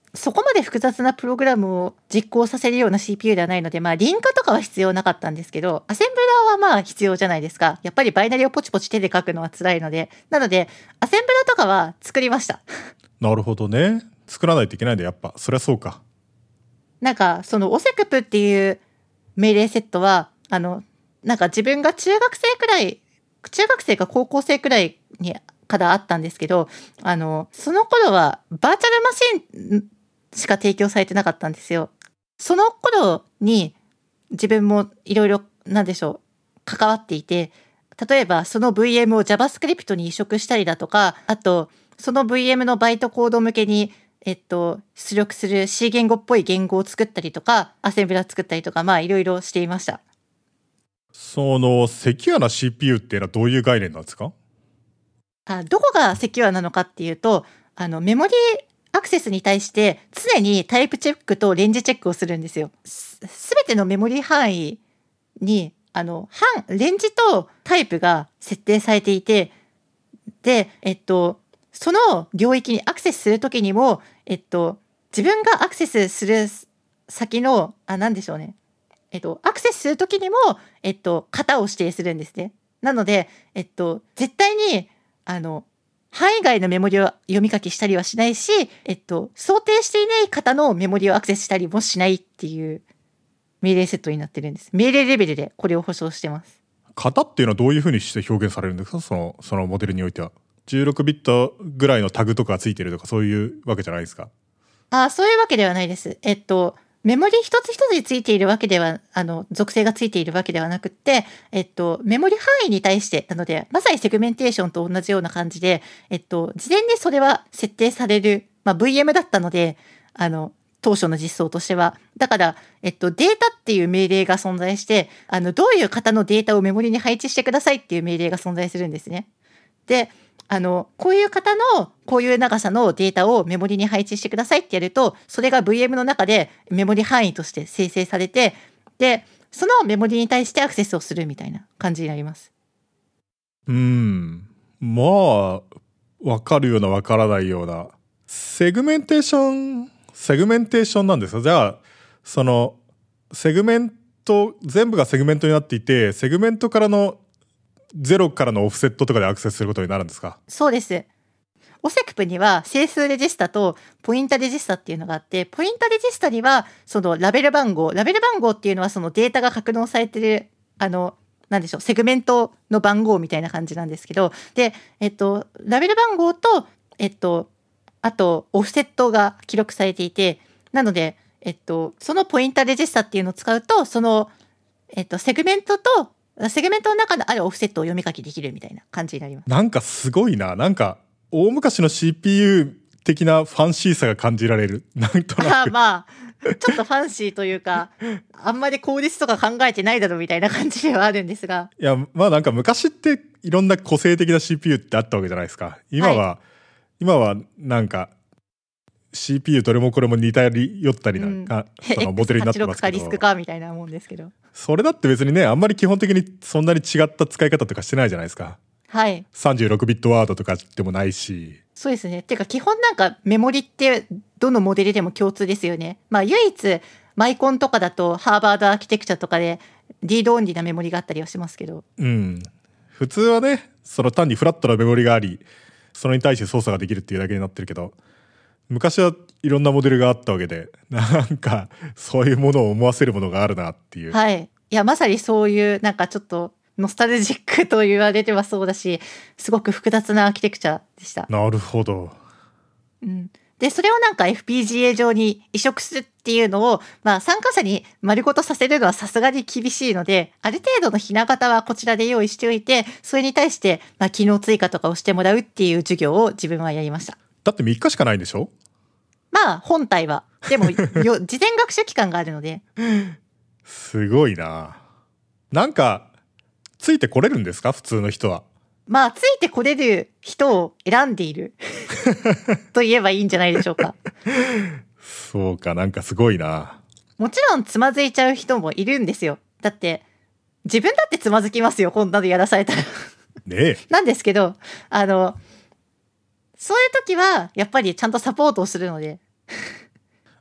そこまで複雑なプログラムを実行させるような シーピーユー ではないので、まあ、リンカとかは必要なかったんですけど、アセンブラーはまあ必要じゃないですか。やっぱりバイナリをポチポチ手で書くのは辛いので。なので、アセンブラーとかは作りました。 なるほどね。作らないといけないんだ、やっぱ。そりゃそうか。 なんか、そのオセクプっていう命令セットは、あの、なんか自分が中学生くらい、中学生か高校生くらいにからあったんですけど、あの、その頃はバーチャルマシンしか提供されてなかったんですよ。その頃に自分もいろいろ、なんでしょう、関わっていて、例えばその ブイエム を JavaScript に移植したりだとか、あと、その ブイエム のバイトコード向けに、えっと、出力する C 言語っぽい言語を作ったりとか、アセンブラ作ったりとか、まあいろいろしていました。 そのセキュアな シーピーユー っていうのはどういう概念なんですか？ あ、どこがセキュアなのかっていうと、あの、メモリーアクセスに対して常にタイプチェックとレンジチェックをするんですよ。すべてのメモリ範囲に、あの、範、レンジとタイプが設定されていて、で、えっと、その領域にアクセスするときにも、えっと、自分がアクセスする先の、あ、なんでしょうね。えっと、アクセスするときにも、えっと、型を指定するんですね。なので、えっと、絶対に、あの、範囲外のメモリを読み書きしたりはしないし、えっと、想定していない型のメモリをアクセスしたりもしないっていう命令セットになってるんです。命令レベルでこれを保証してます。 型っていうのはどういうふうにして表現されるんですか？その、そのモデルにおいては。じゅうろくビットぐらいのタグとかついてるとかそういうわけじゃないですか？ あ、そういうわけではないです。えっと、メモリ一つ一つについているわけでは、あの、属性がついているわけではなくって、えっと、メモリ範囲に対して、なので、まさにセグメンテーションと同じような感じで、えっと、事前にそれは設定される、まあ、ブイエム だったので、あの、当初の実装としては。だから、えっと、データっていう命令が存在して、あの、どういう型のデータをメモリに配置してくださいっていう命令が存在するんですね。で、あの、こういう型の、こういう長さのデータをメモリに配置してくださいってやると、それが ブイエム の中でメモリ範囲として生成されて、で、そのメモリに対してアクセスをするみたいな感じになります。 うーん。まあ、わかるようなわからないような。セグメンテーション、セグメンテーションなんですか？じゃあ、その、セグメント、全部がセグメントになっていて、セグメントからのゼロからのオフセットとかでアクセスすることになるんですか？ そうです。オセクプには整数レジスタとポインタレジスタっていうのがあって、ポインタレジスタにはそのラベル番号、ラベル番号っていうのはそのデータが格納されてる、あの、なんでしょう、セグメントの番号みたいな感じなんですけど、で、えっと、ラベル番号と、えっと、あと、オフセットが記録されていて、なので、えっと、そのポインタレジスタっていうのを使うと、その、えっと、セグメントと、セグメントの中のあるオフセットを読み書きできるみたいな感じになります。 なんかすごいな。なんか、大昔の シーピーユー 的なファンシーさが感じられる。なんとなく。 あまあ、ちょっとファンシーというか、あんまり効率とか考えてないだろうみたいな感じではあるんですが。 いや、まあなんか昔っていろんな個性的な シーピーユー ってあったわけじゃないですか。今は、はい、今はなんか、シーピーユー どれもこれも似たり寄ったりなんか、うん、そのモデルになってますけど エックスはちじゅうろく かリスクかみたいなもんですけど、 それだって別にね、あんまり基本的にそんなに違った使い方とかしてないじゃないですか。 はい。 さんじゅうろくビットワードとかでもないし。 そうですね。っていうか基本なんかメモリってどのモデルでも共通ですよね。まあ唯一マイコンとかだとハーバードアーキテクチャとかでリードオンリーなメモリがあったりはしますけど。 うん。普通はね、その単にフラットなメモリがあり、それに対して操作ができるっていうだけになってるけど、昔はいろんなモデルがあったわけで、なんかそういうものを思わせるものがあるなっていう。 はい。いや、まさにそういうなんかちょっとノスタルジックと言われてはそうだし、すごく複雑なアーキテクチャでした。 なるほど。 うん。で、それをなんか エフピージーエー 上に移植するっていうのを、まあ参加者に丸ごとさせるのはさすがに厳しいので、ある程度のひな型はこちらで用意しておいて、それに対して、まあ機能追加とかをしてもらうっていう授業を自分はやりました。 だってみっかしかないんでしょ？ まあ本体は。でも、よ事前学習期間があるので。 すごいな。なんか、ついてこれるんですか？普通の人は。 まあ、ついてこれる人を選んでいると言えばいいんじゃないでしょうか。 そうか、なんかすごいな。 もちろんつまずいちゃう人もいるんですよ。だって、自分だってつまずきますよ、こんなのやらされたら。 ねえ。 なんですけど、あの、そういう時は、やっぱりちゃんとサポートをするので。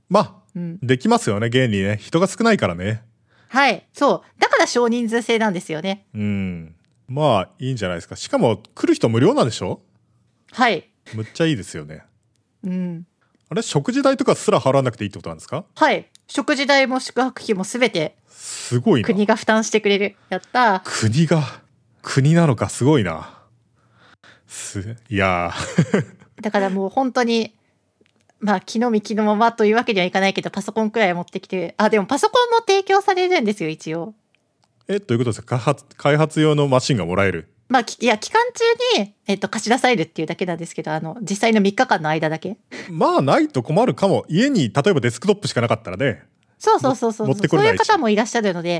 まあ、 うん、 できますよね、現にね。人が少ないからね。 はい。そう。だから少人数制なんですよね。 うん。まあ、いいんじゃないですか。しかも、来る人無料なんでしょ？ はい。 むっちゃいいですよね。 うん。 あれ、食事代とかすら払わなくていいってことなんですか？ はい。食事代も宿泊費もすべてすごいな。 国が負担してくれる。やったー。 国が、国なのか、すごいな。す、いやー。 だからもう本当に、まあ、気の身気のままというわけにはいかないけど、パソコンくらい持ってきて、あ、でもパソコンも提供されるんですよ、一応。 え、どういうことですか？開発、開発用のマシンがもらえる？ まあ、いや、期間中に、えっと、貸し出されるっていうだけなんですけど、あの、実際のみっかかんの間だけ。 まあ、ないと困るかも。家に、例えばデスクトップしかなかったらね。 そうそうそうそう。 持ってこそうれないし。 いう方もいらっしゃるので、 うん。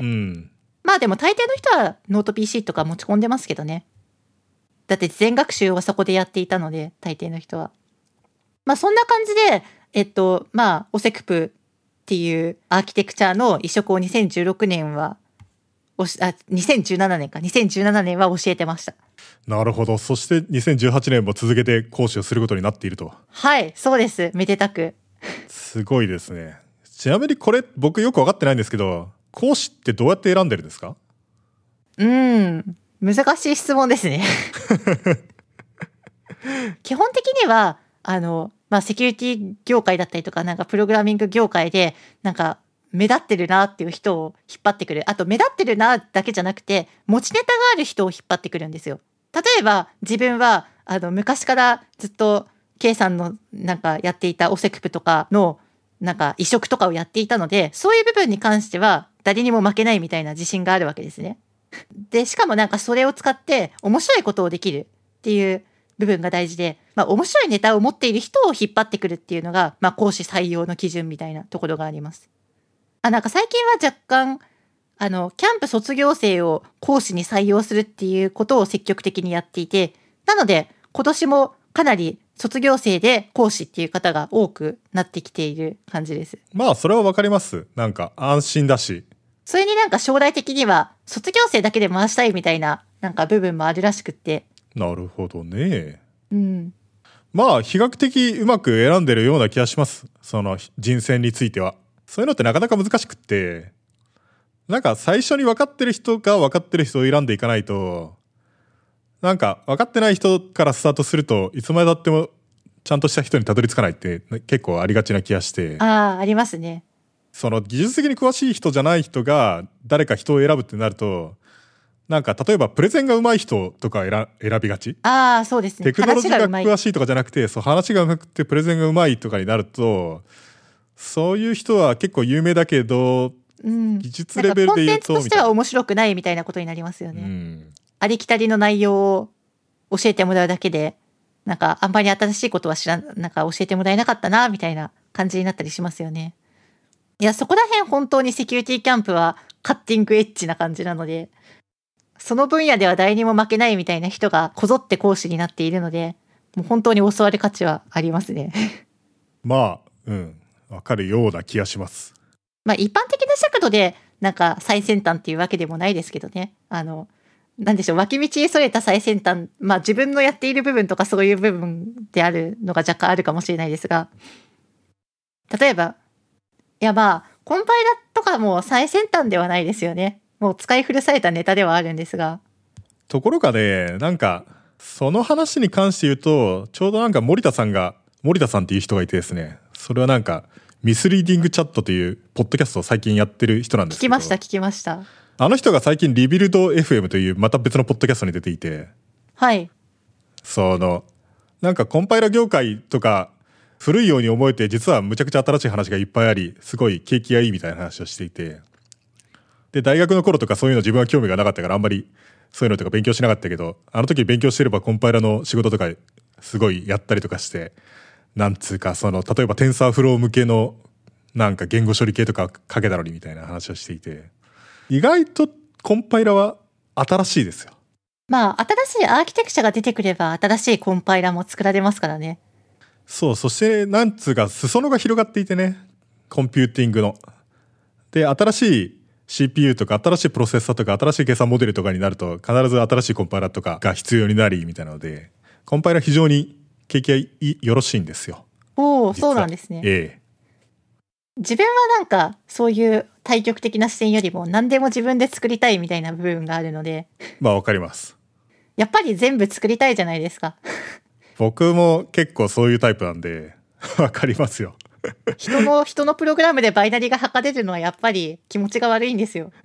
まあでも大抵の人はノート ピーシー とか持ち込んでますけどね。だって全学習をそこでやっていたので、大抵の人は。まあそんな感じで、えっと、まあ、オセクプっていうアーキテクチャの移植をにせんじゅうろくねんは、おしあ、にせんじゅうななねんか、にせんじゅうななねんは教えてました。 なるほど。そしてにせんじゅうはちねんも続けて講師をすることになっていると。 はい、そうです。めでたく。 すごいですね。ちなみにこれ、僕よくわかってないんですけど、講師ってどうやって選んでるんですか？ うーん、難しい質問ですね。基本的には、あの、まあ、セキュリティ業界だったりとか、なんかプログラミング業界で、なんか、目立ってるなっていう人を引っ張ってくる。あと、目立ってるなだけじゃなくて、持ちネタがある人を引っ張ってくるんですよ。例えば、自分は、あの、昔からずっと、K さんのなんかやっていたオセクプとかの、なんか移植とかをやっていたので、そういう部分に関しては、誰にも負けないみたいな自信があるわけですね。で、しかもなんかそれを使って面白いことをできるっていう部分が大事で、まあ面白いネタを持っている人を引っ張ってくるっていうのが、まあ講師採用の基準みたいなところがあります。あ、なんか最近は若干、あの、キャンプ卒業生を講師に採用するっていうことを積極的にやっていて、なので今年もかなり卒業生で講師っていう方が多くなってきている感じです。 まあ、それはわかります。なんか安心だし。 それになんか将来的には卒業生だけで回したいみたいななんか部分もあるらしくって。 なるほどね。 うん。 まあ、比較的うまく選んでるような気がします。その人選については。そういうのってなかなか難しくって、なんか最初に分かってる人が分かってる人を選んでいかないと、なんか分かってない人からスタートするといつまで経ってもちゃんとした人にたどり着かないって結構ありがちな気がして。 ああ、ありますね。 その技術的に詳しい人じゃない人が誰か人を選ぶってなると、なんか例えばプレゼンが上手い人とか選選びがち。 ああ、そうですね。 テクノロジーが話が上手い。 詳しいとかじゃなくて、そう話が上手くてプレゼンが上手いとかになると、そういう人は結構有名だけど、 うん、 技術レベルで言うとコンテンツとしては面白くないみたいなことになりますよね。 うん、 ありきたりの内容を教えてもらうだけで、なんかあんまり新しいことは知らん、なんか教えてもらえなかったな、みたいな感じになったりしますよね。いや、そこら辺本当にセキュリティキャンプはカッティングエッジな感じなので、その分野では誰にも負けないみたいな人がこぞって講師になっているので、もう本当に教わる価値はありますね。 まあ、うん、わかるような気がします。 まあ一般的な尺度でなんか最先端っていうわけでもないですけどね。あの、なんでしょう、脇道へそれた最先端、まあ自分のやっている部分とかそういう部分であるのが若干あるかもしれないですが、例えば、いやまあ、コンパイラとかも最先端ではないですよね。もう使い古されたネタではあるんですが。 ところがね、なんか、その話に関して言うと、ちょうどなんか森田さんが、森田さんっていう人がいてですね、それはなんか、ミスリーディングチャットというポッドキャストを最近やってる人なんですけど。 聞きました、聞きました。 あの人が最近リビルド エフエム というまた別のポッドキャストに出ていて。 はい。 その、なんかコンパイラ業界とか、古いように思えて実はむちゃくちゃ新しい話がいっぱいあり、すごい景気がいいみたいな話をしていて。で、大学の頃とかそういうの自分は興味がなかったからあんまりそういうのとか勉強しなかったけど、あの時勉強してればコンパイラの仕事とかすごいやったりとかして、なんつうかその、例えばテンサーフロー向けのなんか言語処理系とかかけたのにみたいな話をしていて、意外とコンパイラは新しいですよ。 まあ、新しいアーキテクチャが出てくれば新しいコンパイラも作られますからね。 そう、そしてなんつうか裾野が広がっていてね、コンピューティングの。で、新しい シーピーユー とか新しいプロセッサーとか新しい計算モデルとかになると必ず新しいコンパイラとかが必要になりみたいなので、コンパイラ非常に景気がよろしいんですよ。 おお、そうなんですね。 ええ。 自分はなんかそういう対極的な視点よりも何でも自分で作りたいみたいな部分があるので、 まあわかります。 やっぱり全部作りたいじゃないですか。 僕も結構そういうタイプなんでわかりますよ。 人の人のプログラムでバイナリが測れるのはやっぱり気持ちが悪いんですよ。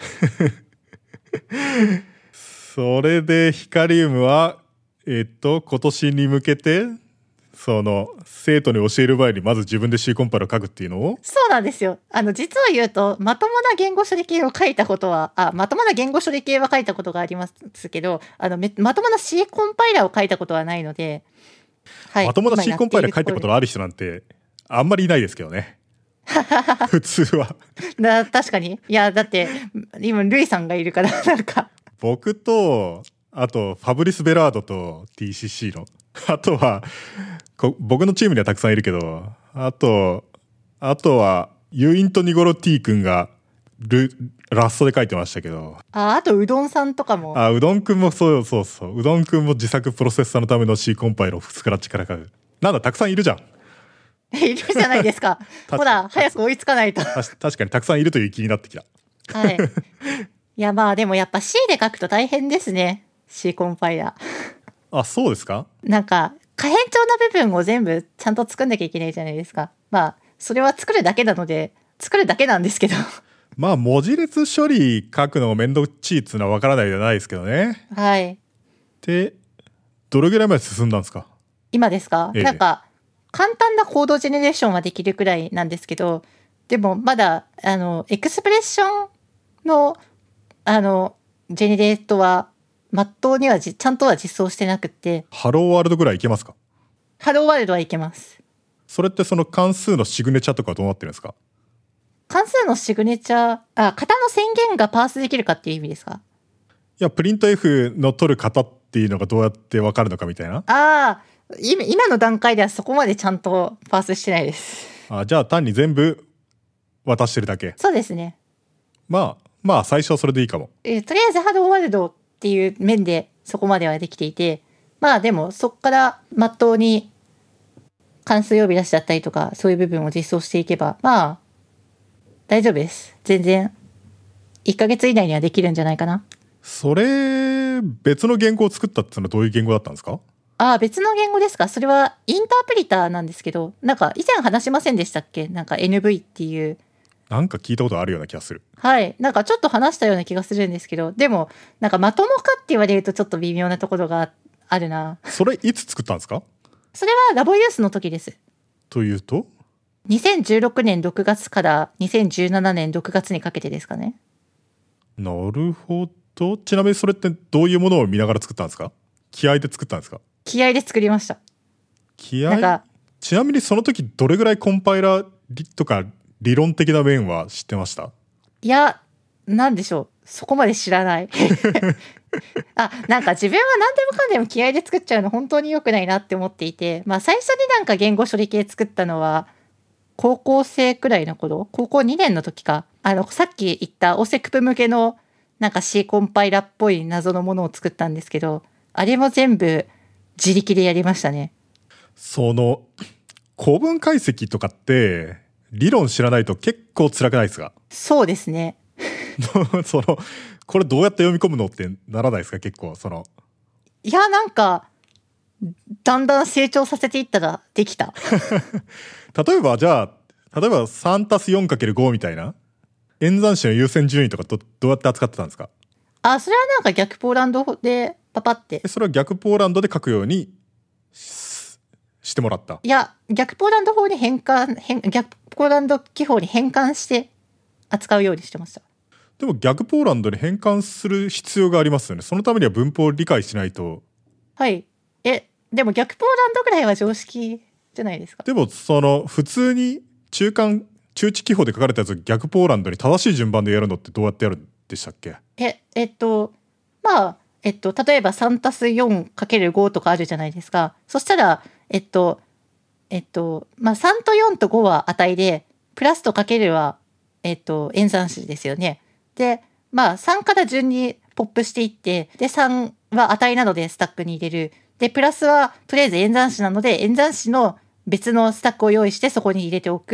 それでヒカリウムはえっと今年に向けてその生徒に教える前にまず自分で C コンパイルを書くっていうのを。 そうなんですよ。あの実を言うとまともな言語処理系を書いたことはあまともな言語処理系は書いたことがありますけど、あのめまともな C コンパイラーを書いたことはないので、 はい、まともな C コンパイラー書いたことがある人なんてあんまりいないですけどね。普通はだ確かに。いやだって今ルイさんがいるからなんか僕とあとファブリス・ベラードと ティーシーシー のあとはこ僕のチームにはたくさんいるけど、あとあとはユイント・ニゴロ T 君がルラストで書いてましたけど、 ああとうどんさんとかも、 あうどんくんもそうそうそううどんくんも自作プロセッサーのための C コンパイルをスクラッチから書く。なんだたくさんいるじゃん。 いるじゃないですか。ほら早く追いつかないと。 確かにたくさんいるという気になってきた。 はい。いやまあでもやっぱ C で書くと大変ですね。C コンパイラー。 あ、そうですか？ なんか可変調な部分を全部ちゃんと作んなきゃいけないじゃないですか。まあそれは作るだけなので作るだけなんですけど。 まあ文字列処理書くのがめんどくちいっつうのは分からないじゃないですけどね。 はい。 でどれぐらいまで進んだんですか？ 今ですか？ええ、なんか簡単なコードジェネレーションはできるくらいなんですけど、でもまだあのエクスプレッションのあのジェネレートはまっとうにはちゃんとは実装してなくて。 ハローワールドぐらいいけますか？ ハローワールドはいけます。 それってその関数のシグネチャーとかどうなってるんですか？ 関数のシグネチャー、あ、型の宣言がパースできるかっていう意味ですか？ いやプリント F の取る型っていうのがどうやって分かるのかみたいな。 ああ、今の段階ではそこまでちゃんとパースしてないです。 あ、じゃあ単に全部渡してるだけ。 そうですね。 まあまあ最初はそれでいいかも。 えー、とりあえずハローワールドっていう面でそこまではできていて、まあでもそこからまっとうに関数呼び出しだったりとかそういう部分を実装していけばまあ大丈夫です。全然いっかげつ以内にはできるんじゃないかな。 それ別の言語を作ったっていうのはどういう言語だったんですか？ ああ、別の言語ですか？それはインタープリターなんですけど、なんか以前話しませんでしたっけ？なんか エヌブイ っていう。 なんか聞いたことあるような気がする。 はい。なんかちょっと話したような気がするんですけど、でもなんかまともかって言われるとちょっと微妙なところがあるな。 それいつ作ったんですか？ それはラボユースの時です。 というとにせんじゅうろくねんろくがつからにせんじゅうななねんろくがつにかけてですかね。 なるほど。ちなみにそれってどういうものを見ながら作ったんですか？気合で作ったんですか？ 気合で作りました。 気合？なんかちなみにその時どれぐらいコンパイラーとか理論的な面は知ってました？ いや、なんでしょう。そこまで知らない。あ、なんか自分は何でもかんでも気合で作っちゃうの本当に良くないなって思っていて、まあ最初になんか言語処理系作ったのは高校生くらいの頃、高校にねんの時か。あの、さっき言ったオセクプ向けのなんか C コンパイラっぽい謎のものを作ったんですけど、あれも全部自力でやりましたね。 その構文解析とかって理論知らないと結構辛くないですか？ そうですね。 そのこれどうやって読み込むのってならないですか？結構そのいやなんかだんだん成長させていったらできた。 例えばじゃあ例えば さんたすよんかけるご みたいな演算子の優先順位とか ど, どうやって扱ってたんですか？ あ、それはなんか逆ポーランドでパパって。 それは逆ポーランドで書くように し, してもらった？ いや逆ポーランド法に変換変逆ポーランド記法に変換して扱うようにしてました。 でも逆ポーランドに変換する必要がありますよね。そのためには文法を理解しないと。 はい。えでも逆ポーランドぐらいは常識じゃないですか。 でもその普通に中間中置記法で書かれたやつ逆ポーランドに正しい順番でやるのってどうやってやるんでしたっけ？ ええっとまあえっと例えば さんたすよんかけるご とかあるじゃないですか。そしたらえっとえっとまあさんとよんとごは値でプラスとかけるはえっと演算子ですよね。でまあさんから順にポップしていって、でさんは値なのでスタックに入れる。でプラスはとりあえず演算子なので演算子の別のスタックを用意してそこに入れておく。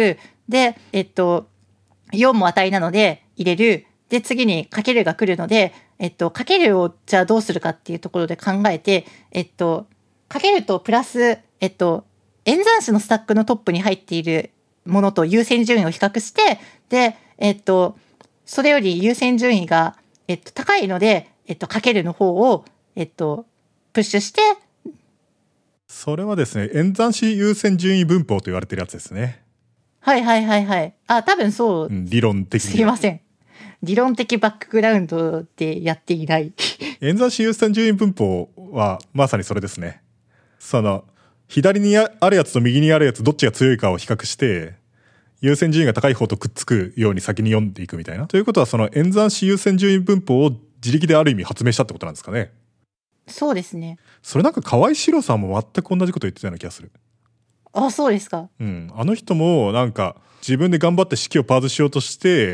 で、えっと、よんも値なので入れる。で、次にかけるが来るので、えっと、かけるをじゃあどうするかっていうところで考えて、えっと、かけるとプラス、えっと、演算子のスタックのトップに入っているものと優先順位を比較して、で、えっと、それより優先順位が、えっと、高いので、えっと、かけるの方を、えっと、プッシュして、 それはですね、演算子優先順位分法と言われてるやつですね。 はいはいはいはい。あ、多分そう。 うん、理論的に。 すいません。理論的バックグラウンドでやっていない。 演算子優先順位分法はまさにそれですね。その、左にあるやつと右にあるやつどっちが強いかを比較して、優先順位が高い方とくっつくように先に読んでいくみたいな。ということはその演算子優先順位分法を自力である意味発明したってことなんですかね。 そうですね。 それなんか河合史郎さんも全く同じこと言ってたような気がする。 あ、そうですか。 うん。あの人もなんか自分で頑張って式をパーズしようとして、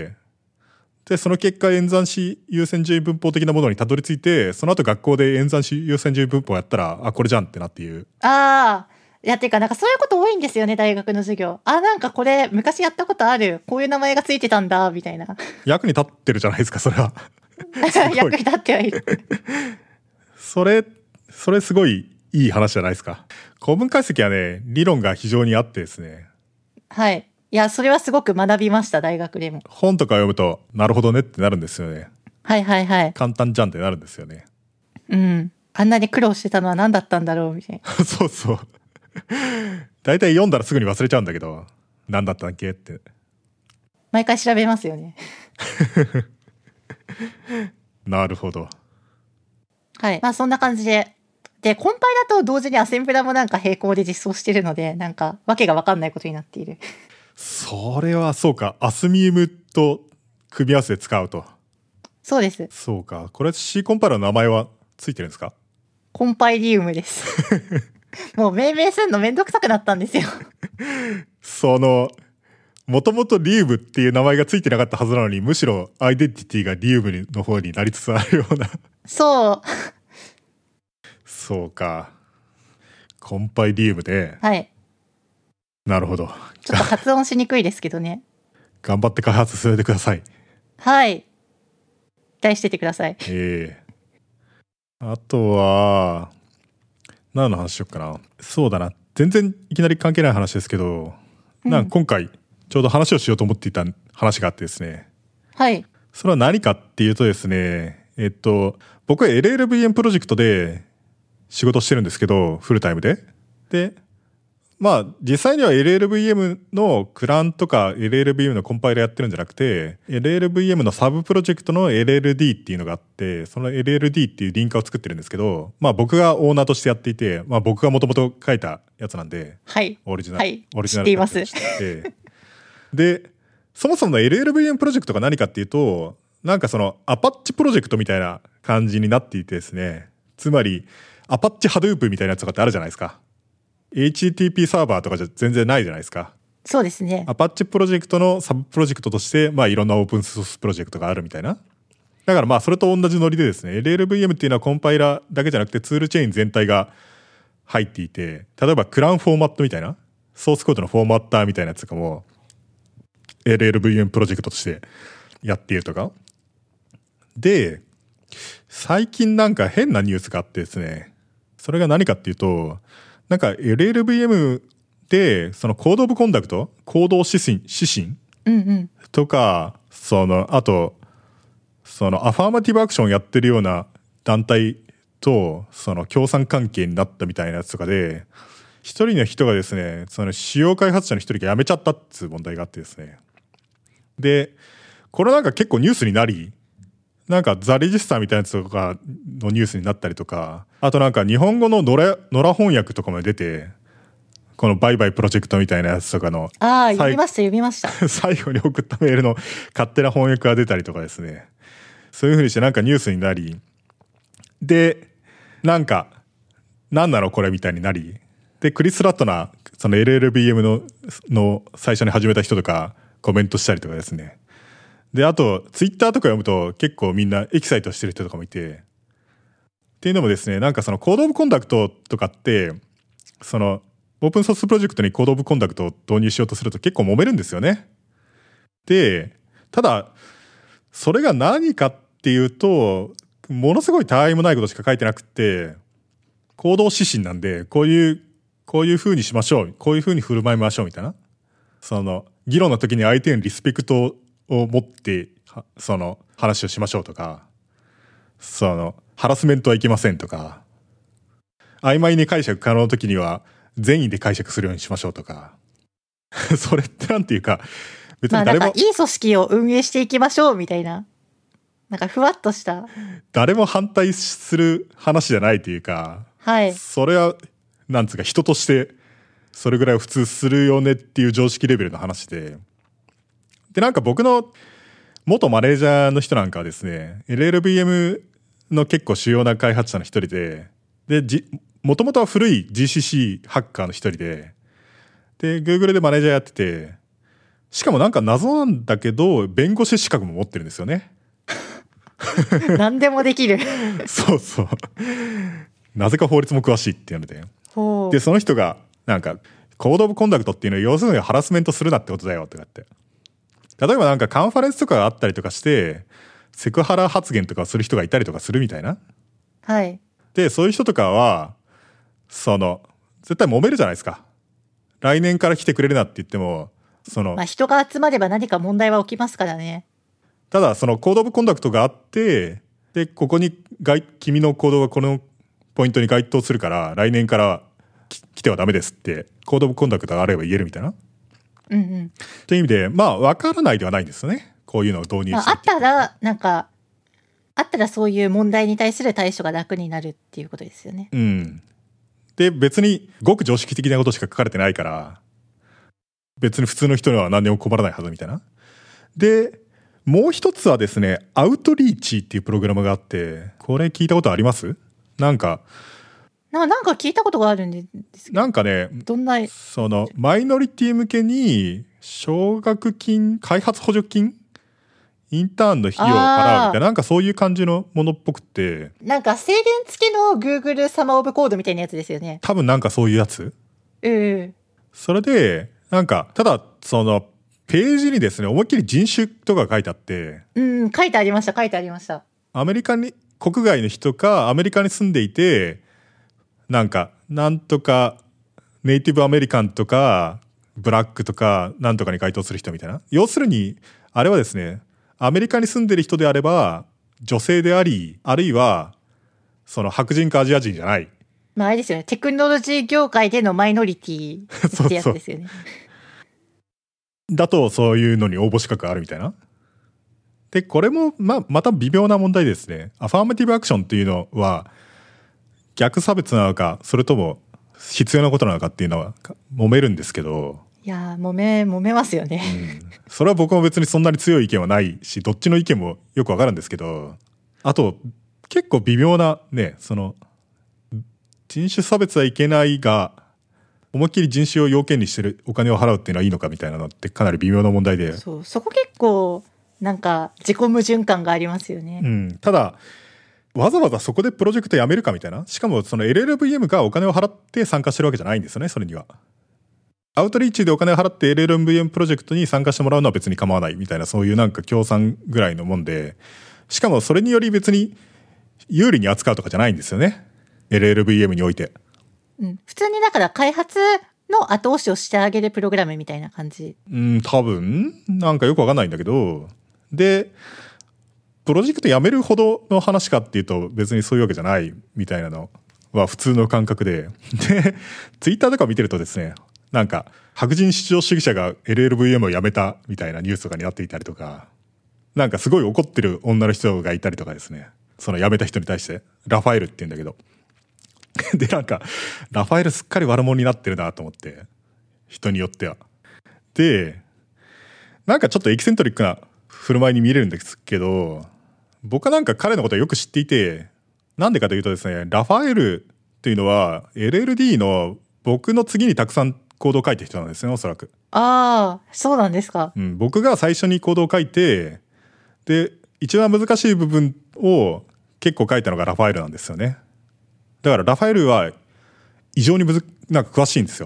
で、その結果演算子優先順位分法的なものにたどり着いて、その後学校で演算子優先順位分法をやったら、あ、これじゃんってなっていう。 ああ。いや、てか、なんかそういうこと多いんですよね、大学の授業。あ、なんかこれ、昔やったことある。こういう名前がついてたんだ、みたいな。 役に立ってるじゃないですか、それは。 役に立ってはいる。 それ、それすごいいい話じゃないですか。構文解析はね、理論が非常にあってですね。 はい。いや、それはすごく学びました、大学でも。 本とか読むと、なるほどねってなるんですよね。 はいはいはい。 簡単じゃんってなるんですよね。 うん。あんなに苦労してたのは何だったんだろう、みたいな。 そうそう。大体読んだらすぐに忘れちゃうんだけど、何だったんだっけって。 毎回調べますよね。 なるほど。 はい。まあそんな感じで。で、コンパイだと同時にアセンブラもなんか並行で実装してるので、なんかわけがわかんないことになっている。 それはそうか。アスミウムと組み合わせて使うと。 そうです。 そうか。これ C コンパイラーの名前はついてるんですか？ コンパイリウムです。もう命名するのめんどくさくなったんですよ。 その、もともとリウムっていう名前がついてなかったはずなのに、むしろアイデンティティがリウムの方になりつつあるような。 そう。 そうか。コンパイリウムで。 はい。 なるほど。 ちょっと発音しにくいですけどね。 頑張って開発進めてください。 はい。期待しててください。 ええー。あとは、何の話しよっかな。そうだな。全然いきなり関係ない話ですけど、うん、なんか今回ちょうど話をしようと思っていた話があってですね。 はい。 それは何かっていうとですね、えっと、僕は エルエルブイエム プロジェクトで仕事してるんですけど、フルタイムで。で、まあ実際には エルエルブイエム のクランとか エルエルブイエム のコンパイラやってるんじゃなくて エルエルブイエム のサブプロジェクトの エルエルディー っていうのがあって、その エルエルディー っていうリンカーを作ってるんですけど、まあ僕がオーナーとしてやっていて、まあ僕がもともと書いたやつなんで、 はい。 オリジナル、 はい、 オリジナル知っています。 で、そもそもの エルエルブイエム プロジェクトが何かっていうと、なんかそのアパッチプロジェクトみたいな感じになっていてですね、つまりアパッチハドゥープみたいなやつとかってあるじゃないですか。エイチティーティーピー サーバーとかじゃ全然ないじゃないですか。 そうですね。 アパッチプロジェクトのサブプロジェクトとして、まあいろんなオープンソースプロジェクトがあるみたいな。だからまあそれと同じノリでですね、エルエルブイエム っていうのはコンパイラだけじゃなくてツールチェーン全体が入っていて、例えばクランフォーマットみたいな、ソースコードのフォーマッターみたいなやつとかも エルエルブイエム プロジェクトとしてやっているとか。で、最近なんか変なニュースがあってですね、それが何かっていうと、なんか エルエルブイエム でそのコードオブコンダクト、行動指針、指針、 うんうん、 とか、そのあとそのアファーマティブアクションやってるような団体とその協賛関係になったみたいなやつとかで、一人の人がですね、その主要開発者の一人が辞めちゃったっていう問題があってですね。で、これなんか結構ニュースになり、なんかザレジスターみたいなやつとかのニュースになったりとか、あとなんか日本語の野良、野良翻訳とかも出て、このバイバイプロジェクトみたいなやつとかの、 ああ、読みました読みました。 最後に送ったメールの勝手な翻訳が出たりとかですね。そういう風にしてなんかニュースになり、で、なんか、なんなのこれみたいになり、で、クリス・ラットナー、その エルエルブイエム の、の最初に始めた人とかコメントしたりとかですね。で、あと、ツイッターとか読むと結構みんなエキサイトしてる人とかもいて、っていうのもですね、なんかそのコードオブコンダクトとかって、その、 オープンソースプロジェクトにコードオブコンダクトを導入しようとすると結構揉めるんですよね。で、ただ、それが何かっていうと、ものすごいたわいもないことしか書いてなくて、行動指針なんで、こういう、こういう風にしましょう、こういう風に振る舞いましょうみたいな。その、議論の時に相手にリスペクトを持って、その、話をしましょうとか、その、ハラスメントはいけませんとか、曖昧に解釈可能な時には、善意で解釈するようにしましょうとか。それってなんていうか、別に誰も、 まあ、なんかいい組織を運営していきましょうみたいな、なんかふわっとした誰も反対する話じゃないというか、 はい、 それはなんつうか人としてそれぐらい普通するよねっていう常識レベルの話で、でなんか僕の元マネージャーの人なんかはですね、 エルエルビーエム の結構主要な開発者の一人で、でじもともとは古い ジーシーシー ハッカーの一人で、で Google でマネージャーやってて、しかもなんか謎なんだけど弁護士資格も持ってるんですよね。 何でもできる。 そうそう。なぜか法律も詳しいっていうので。で、その人が、なんか、コードオブコンダクトっていうのは要するにハラスメントするなってことだよって言って。例えばなんかカンファレンスとかがあったりとかして、セクハラ発言とかする人がいたりとかするみたいな。 はい。 で、そういう人とかは、その、絶対揉めるじゃないですか。来年から来てくれるなって言っても、その、 まあ人が集まれば何か問題は起きますからね。 ただそのコードオブコンダクトがあって、でここに君の行動がこのポイントに該当するから来年から来てはダメですってコードオブコンダクトがあれば言えるみたいな。 うんうん。 という意味でまあ分からないではないんですよね。こういうのを導入して、 まあ、あったらなんかあったらそういう問題に対する対処が楽になるっていうことですよね。 うん。で別にごく常識的なことしか書かれてないから別に普通の人には何でも困らないはずみたいな。でもう一つはですね、アウトリーチっていうプログラムがあって、これ聞いたことあります？なんか、 ななんか聞いたことがあるんですけど。 なんかね、 どんな、 その、マイノリティ向けに、奨学金、開発補助金インターンの費用を払うみたいな、なんかそういう感じのものっぽくて。 なんか制限付きの Google サマーオブコードみたいなやつですよね。 多分なんかそういうやつ？ うん。 それで、なんか、ただ、その、ページにですね、思いっきり人種とか書いてあって、 うん、書いてありました、書いてありました。 アメリカに、国外の人か、アメリカに住んでいて、なんか、なんとか、ネイティブアメリカンとか、ブラックとか、なんとかに該当する人みたいな。要するに、あれはですね、アメリカに住んでる人であれば、女性であり、あるいは、その白人かアジア人じゃない。 まああれですよね、テクノロジー業界でのマイノリティってやつですよね。そうそうだとそういうのに応募資格あるみたいな。でこれもまあまた微妙な問題ですね。アファーマティブアクションっていうのは逆差別なのかそれとも必要なことなのかっていうのは揉めるんですけど。 いや揉め揉めますよね、 うん、それは僕も別にそんなに強い意見はないしどっちの意見もよくわかるんですけど、あと結構微妙なね、その人種差別はいけないが思いっきり人種を要件にしてるお金を払うっていうのはいいのかみたいなのってかなり微妙な問題で、 そうそこ結構なんか自己矛盾感がありますよね、 うん、ただわざわざそこでプロジェクトやめるかみたいな、しかもその エルエルブイエム がお金を払って参加してるわけじゃないんですよね。それにはアウトリーチでお金を払って エルエルブイエム プロジェクトに参加してもらうのは別に構わないみたいな、そういうなんか協賛ぐらいのもんで、しかもそれにより別に有利に扱うとかじゃないんですよね、 エルエルブイエム において。 うん、普通にだから開発の後押しをしてあげるプログラムみたいな感じ。 うん、多分なんかよくわかんないんだけど、でプロジェクトやめるほどの話かっていうと別にそういうわけじゃないみたいなのは普通の感覚で、でツイッターとか見てるとですね、なんか白人至上主義者が エルエルブイエム をやめたみたいなニュースとかになっていたりとか、なんかすごい怒ってる女の人がいたりとかですね、そのやめた人に対してラファエルって言うんだけどでなんかラファエルすっかり悪者になってるなと思って、人によっては。でなんかちょっとエキセントリックな振る舞いに見れるんですけど、僕はなんか彼のことをよく知っていて、なんでかというとですね、ラファエルっていうのは エルエルディー の僕の次にたくさんコードを書いた人なんですね、おそらく。 ああ、そうなんですか。 うん、僕が最初にコードを書いて、で一番難しい部分を結構書いたのがラファエルなんですよね。だからラファエルは異常にむずなんか詳しいんですよ。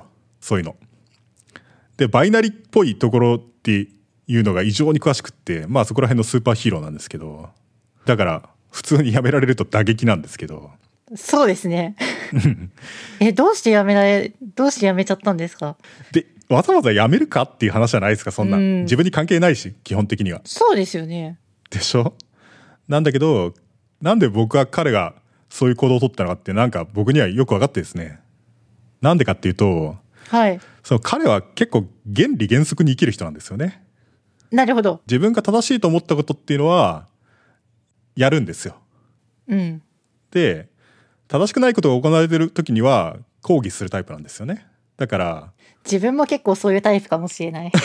そういうので、バイナリっぽいところっていうのが異常に詳しくって、まあそこら辺のスーパーヒーローなんですけど、だから普通にやめられると打撃なんですけど。 そうですねえ、どうしてやめられどうしてやめちゃったんですか？ で、わざわざやめるかっていう話じゃないですか、そんな、うん、自分に関係ないし、基本的には。 そうですよね。 でしょ。なんだけど、なんで僕は彼がそういう行動を取ったのかってなんか僕にはよく分かってですね。なんでかっていうと、 はい、 その彼は結構原理原則に生きる人なんですよね。 なるほど。 自分が正しいと思ったことっていうのはやるんですよ。 うん。 で、正しくないことが行われている時には抗議するタイプなんですよね。だから自分も結構そういうタイプかもしれない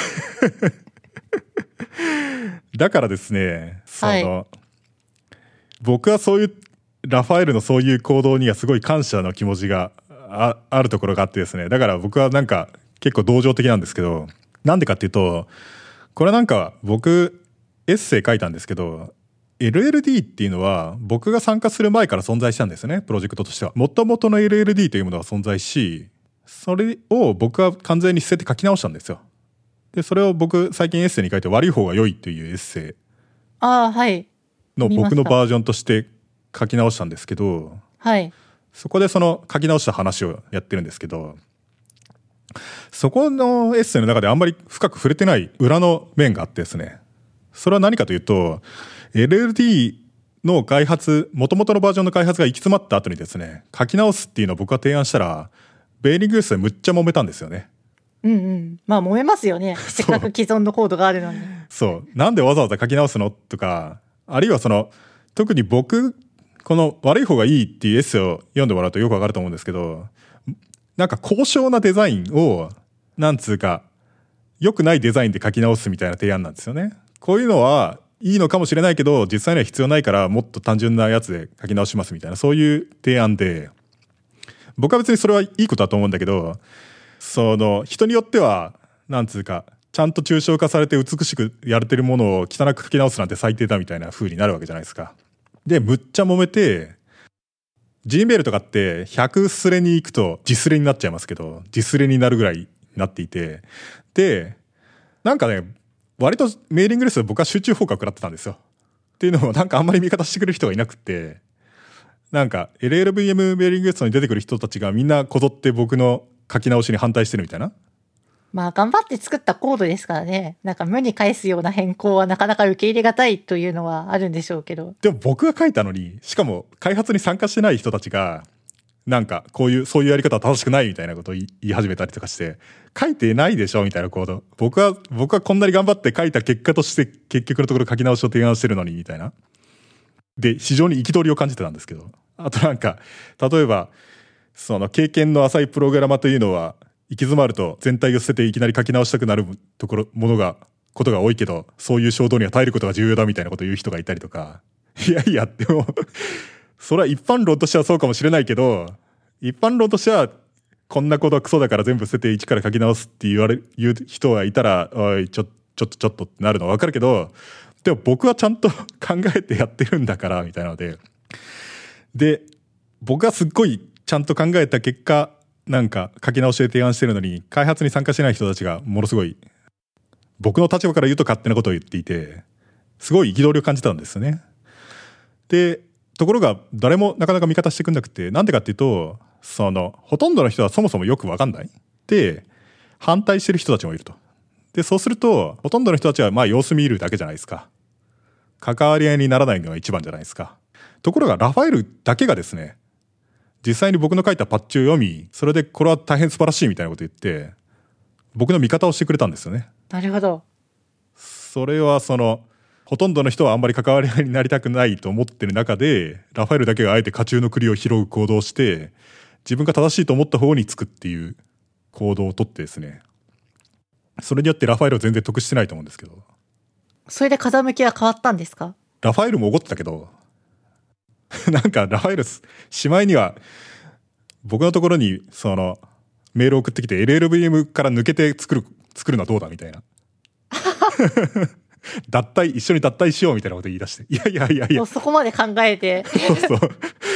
だからですね、その、はい、僕はそういうラファエルのそういう行動にはすごい感謝の気持ちが あ, あるところがあってですね、だから僕はなんか結構同情的なんですけど、なんでかっていうと、これなんか僕エッセイ書いたんですけど、エルエルディー っていうのは僕が参加する前から存在したんですよね、プロジェクトとしては。元々の エルエルディー というものが存在し、それを僕は完全に捨てて書き直したんですよ。で、それを僕最近エッセイに書いて、悪い方が良いというエッセイああ、はい、 の僕のバージョンとして書き直したんですけど、 はい、 そこでその書き直した話をやってるんですけど、そこのエッセイの中であんまり深く触れてない裏の面があってですね、それは何かというと、 エルエルディー の開発、元々のバージョンの開発が行き詰まった後にですね、書き直すっていうのを僕が提案したら、ベーリングスでむっちゃ揉めたんですよね。 うんうん、まあ揉めますよね。せっかく既存のコードがあるのに。 そう、なんでわざわざ書き直すのとか、あるいはその特に僕この悪い方がいいっていうエッセイを読んでもらうとよくわかると思うんですけど、なんか高尚なデザインをなんつうか良くないデザインで書き直すみたいな提案なんですよね。こういうのはいいのかもしれないけど実際には必要ないからもっと単純なやつで書き直しますみたいな、そういう提案で、僕は別にそれはいいことだと思うんだけど、その人によってはなんつうかちゃんと抽象化されて美しくやれてるものを汚く書き直すなんて最低だみたいな風になるわけじゃないですか。でむっちゃ揉めて、 Gmail とかってひゃくスレに行くと自スレになっちゃいますけど、自スレになるぐらいになっていて、でなんかね、割とメーリングリストで僕は集中砲火を食らってたんですよ。っていうのもなんかあんまり味方してくれる人がいなくて、なんか エルエルブイエム メーリングリストに出てくる人たちがみんなこぞって僕の書き直しに反対してるみたいな。 まあ頑張って作ったコードですからね、なんか無に返すような変更はなかなか受け入れがたいというのはあるんでしょうけど、 でも僕が書いたのに、しかも開発に参加してない人たちがなんかこういうそういうやり方は正しくないみたいなことを言い始めたりとかして、書いてないでしょみたいなコード、僕は僕はこんなに頑張って書いた結果として結局のところ書き直しを提案してるのにみたいな。で非常に憤りを感じてたんですけど、あとなんか例えばその経験の浅いプログラマーというのは行き詰まると全体を捨てていきなり書き直したくなるところものがことが多いけど、そういう衝動には耐えることが重要だみたいなことを言う人がいたりとか、いやいやでもそれは一般論としてはそうかもしれないけど、一般論としてはこんなことはクソだから全部捨てて一から書き直すって言われ言う人がいたら、おいちょちょっとちょっとってなるのは分かるけど、でも僕はちゃんと考えてやってるんだからみたいなので、で僕はすっごいちゃんと考えた結果なんか書き直しで提案してるのに、開発に参加してない人たちがものすごい僕の立場から言うと勝手なことを言っていて、すごい憤りを感じたんですよね。でところが誰もなかなか味方してくんなくて、なんでかっていうと、そのほとんどの人はそもそもよく分かんないで反対してる人たちもいると。でそうするとほとんどの人たちはまあ様子見るだけじゃないですか。関わり合いにならないのが一番じゃないですか。ところがラファエルだけがですね、実際に僕の書いたパッチを読み、それでこれは大変素晴らしいみたいなことを言って僕の味方をしてくれたんですよね。 なるほど。 それはそのほとんどの人はあんまり関わり合いになりたくないと思ってる中で、ラファエルだけがあえて家中の栗を拾う行動をして自分が正しいと思った方につくっていう行動をとってですね、それによってラファエルは全然得してないと思うんですけど。 それで風向きは変わったんですか？ ラファエルも怒ってたけどなんかラファエルしまいには僕のところにそのメールを送ってきて エルエルブイエム から抜けて作る作るのはどうだみたいな脱退一緒に脱退しようみたいなこと言い出して、いやいやいやいや、 もうそこまで考えてそうそう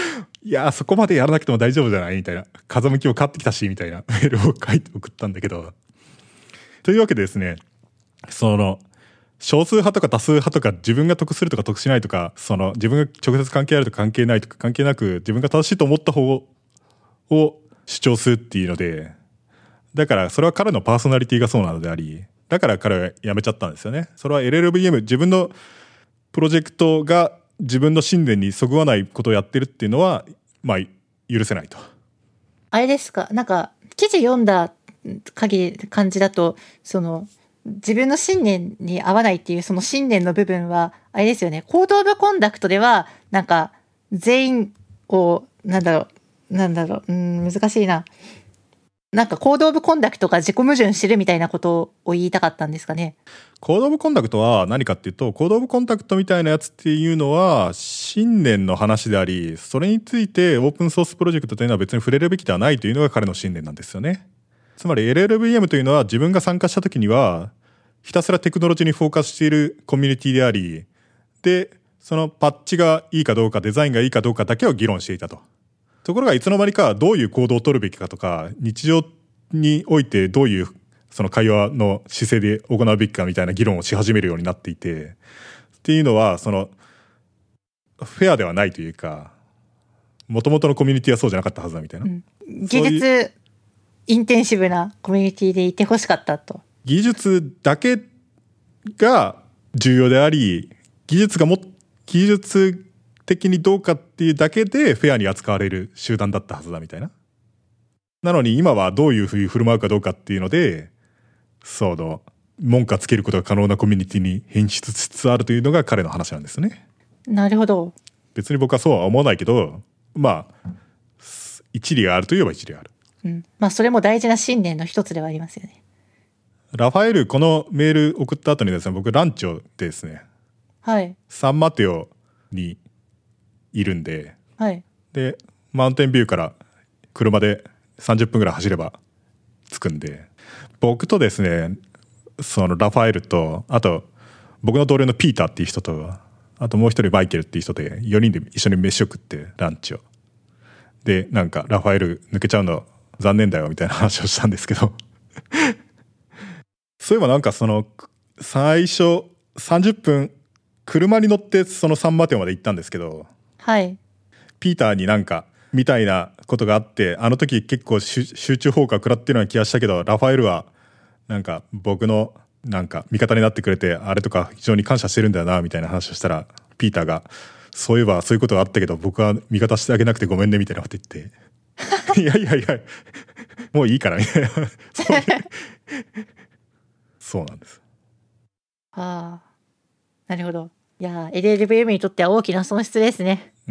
いやそこまでやらなくても大丈夫じゃないみたいな、風向きも変わってきたしみたいなメールを書いて送ったんだけど、というわけでですね、その少数派とか多数派とか自分が得するとか得しないとか、その自分が直接関係あるとか関係ないとか関係なく自分が正しいと思った方を主張するっていうので、だからそれは彼のパーソナリティがそうなのであり、だから彼は辞めちゃったんですよね。それは エルエルブイエム 自分のプロジェクトが自分の信念にそぐわないことをやってるっていうのはまあ許せないと。 あれですか、なんか記事読んだ限り感じだと、その自分の信念に合わないっていうその信念の部分はあれですよね、コードオブコンダクトではなんか全員をなんだろうなんだろううーん難しいな、なんかコードオブコンダクトが自己矛盾してるみたいなことを言いたかったんですかね。 コードオブコンダクトは何かっていうと、コードオブコンダクトみたいなやつっていうのは信念の話であり、それについてオープンソースプロジェクトというのは別に触れるべきではないというのが彼の信念なんですよね。つまり エルエルブイエム というのは自分が参加した時にはひたすらテクノロジーにフォーカスしているコミュニティであり、でそのパッチがいいかどうかデザインがいいかどうかだけを議論していたと。ところがいつの間にかどういう行動を取るべきかとか、日常においてどういうその会話の姿勢で行うべきかみたいな議論をし始めるようになっていて、っていうのはそのフェアではないというか、もともとのコミュニティはそうじゃなかったはずだみたいな、うん、 技術インテンシブなコミュニティでいてほしかったと。 技術だけが重要であり、技術がも技術的にどうかっていうだけでフェアに扱われる集団だったはずだみたいな。なのに今はどういうふうに振る舞うかどうかっていうので、その文句をつけることが可能なコミュニティに変質しつつあるというのが彼の話なんですね。 なるほど。 別に僕はそうは思わないけど、まあ一理があるといえば一理ある。 うん、まあそれも大事な信念の一つではありますよね。 ラファエルこのメール送った後にですね、僕ランチをでですね、 はい、 サンマテオにいるんで、 はい、 でマウンテンビューから車でさんじゅっぷんぐらい走れば着くんで、僕とですねそのラファエルと、あと僕の同僚のピーターっていう人と、あともう一人マイケルっていう人でよにんで一緒に飯を食ってランチをで、なんかラファエル抜けちゃうの残念だよみたいな話をしたんですけどそういえばなんかその最初さんじゅっぷん車に乗ってそのサンマテオまで行ったんですけど、 はい、 ピーターになんかみたいなことがあって、あの時結構集中砲火を食らってるような気がしたけど、ラファエルはなんか僕のなんか味方になってくれて、あれとか非常に感謝してるんだよなみたいな話をしたら、ピーターがそういえばそういうことがあったけど僕は味方してあげなくてごめんねみたいなこと言っていやいやいやもういいからみたいなそうそうなんです。 ああ、なるほど。いや エルエルブイエム にとっては大きな損失ですね。 うん。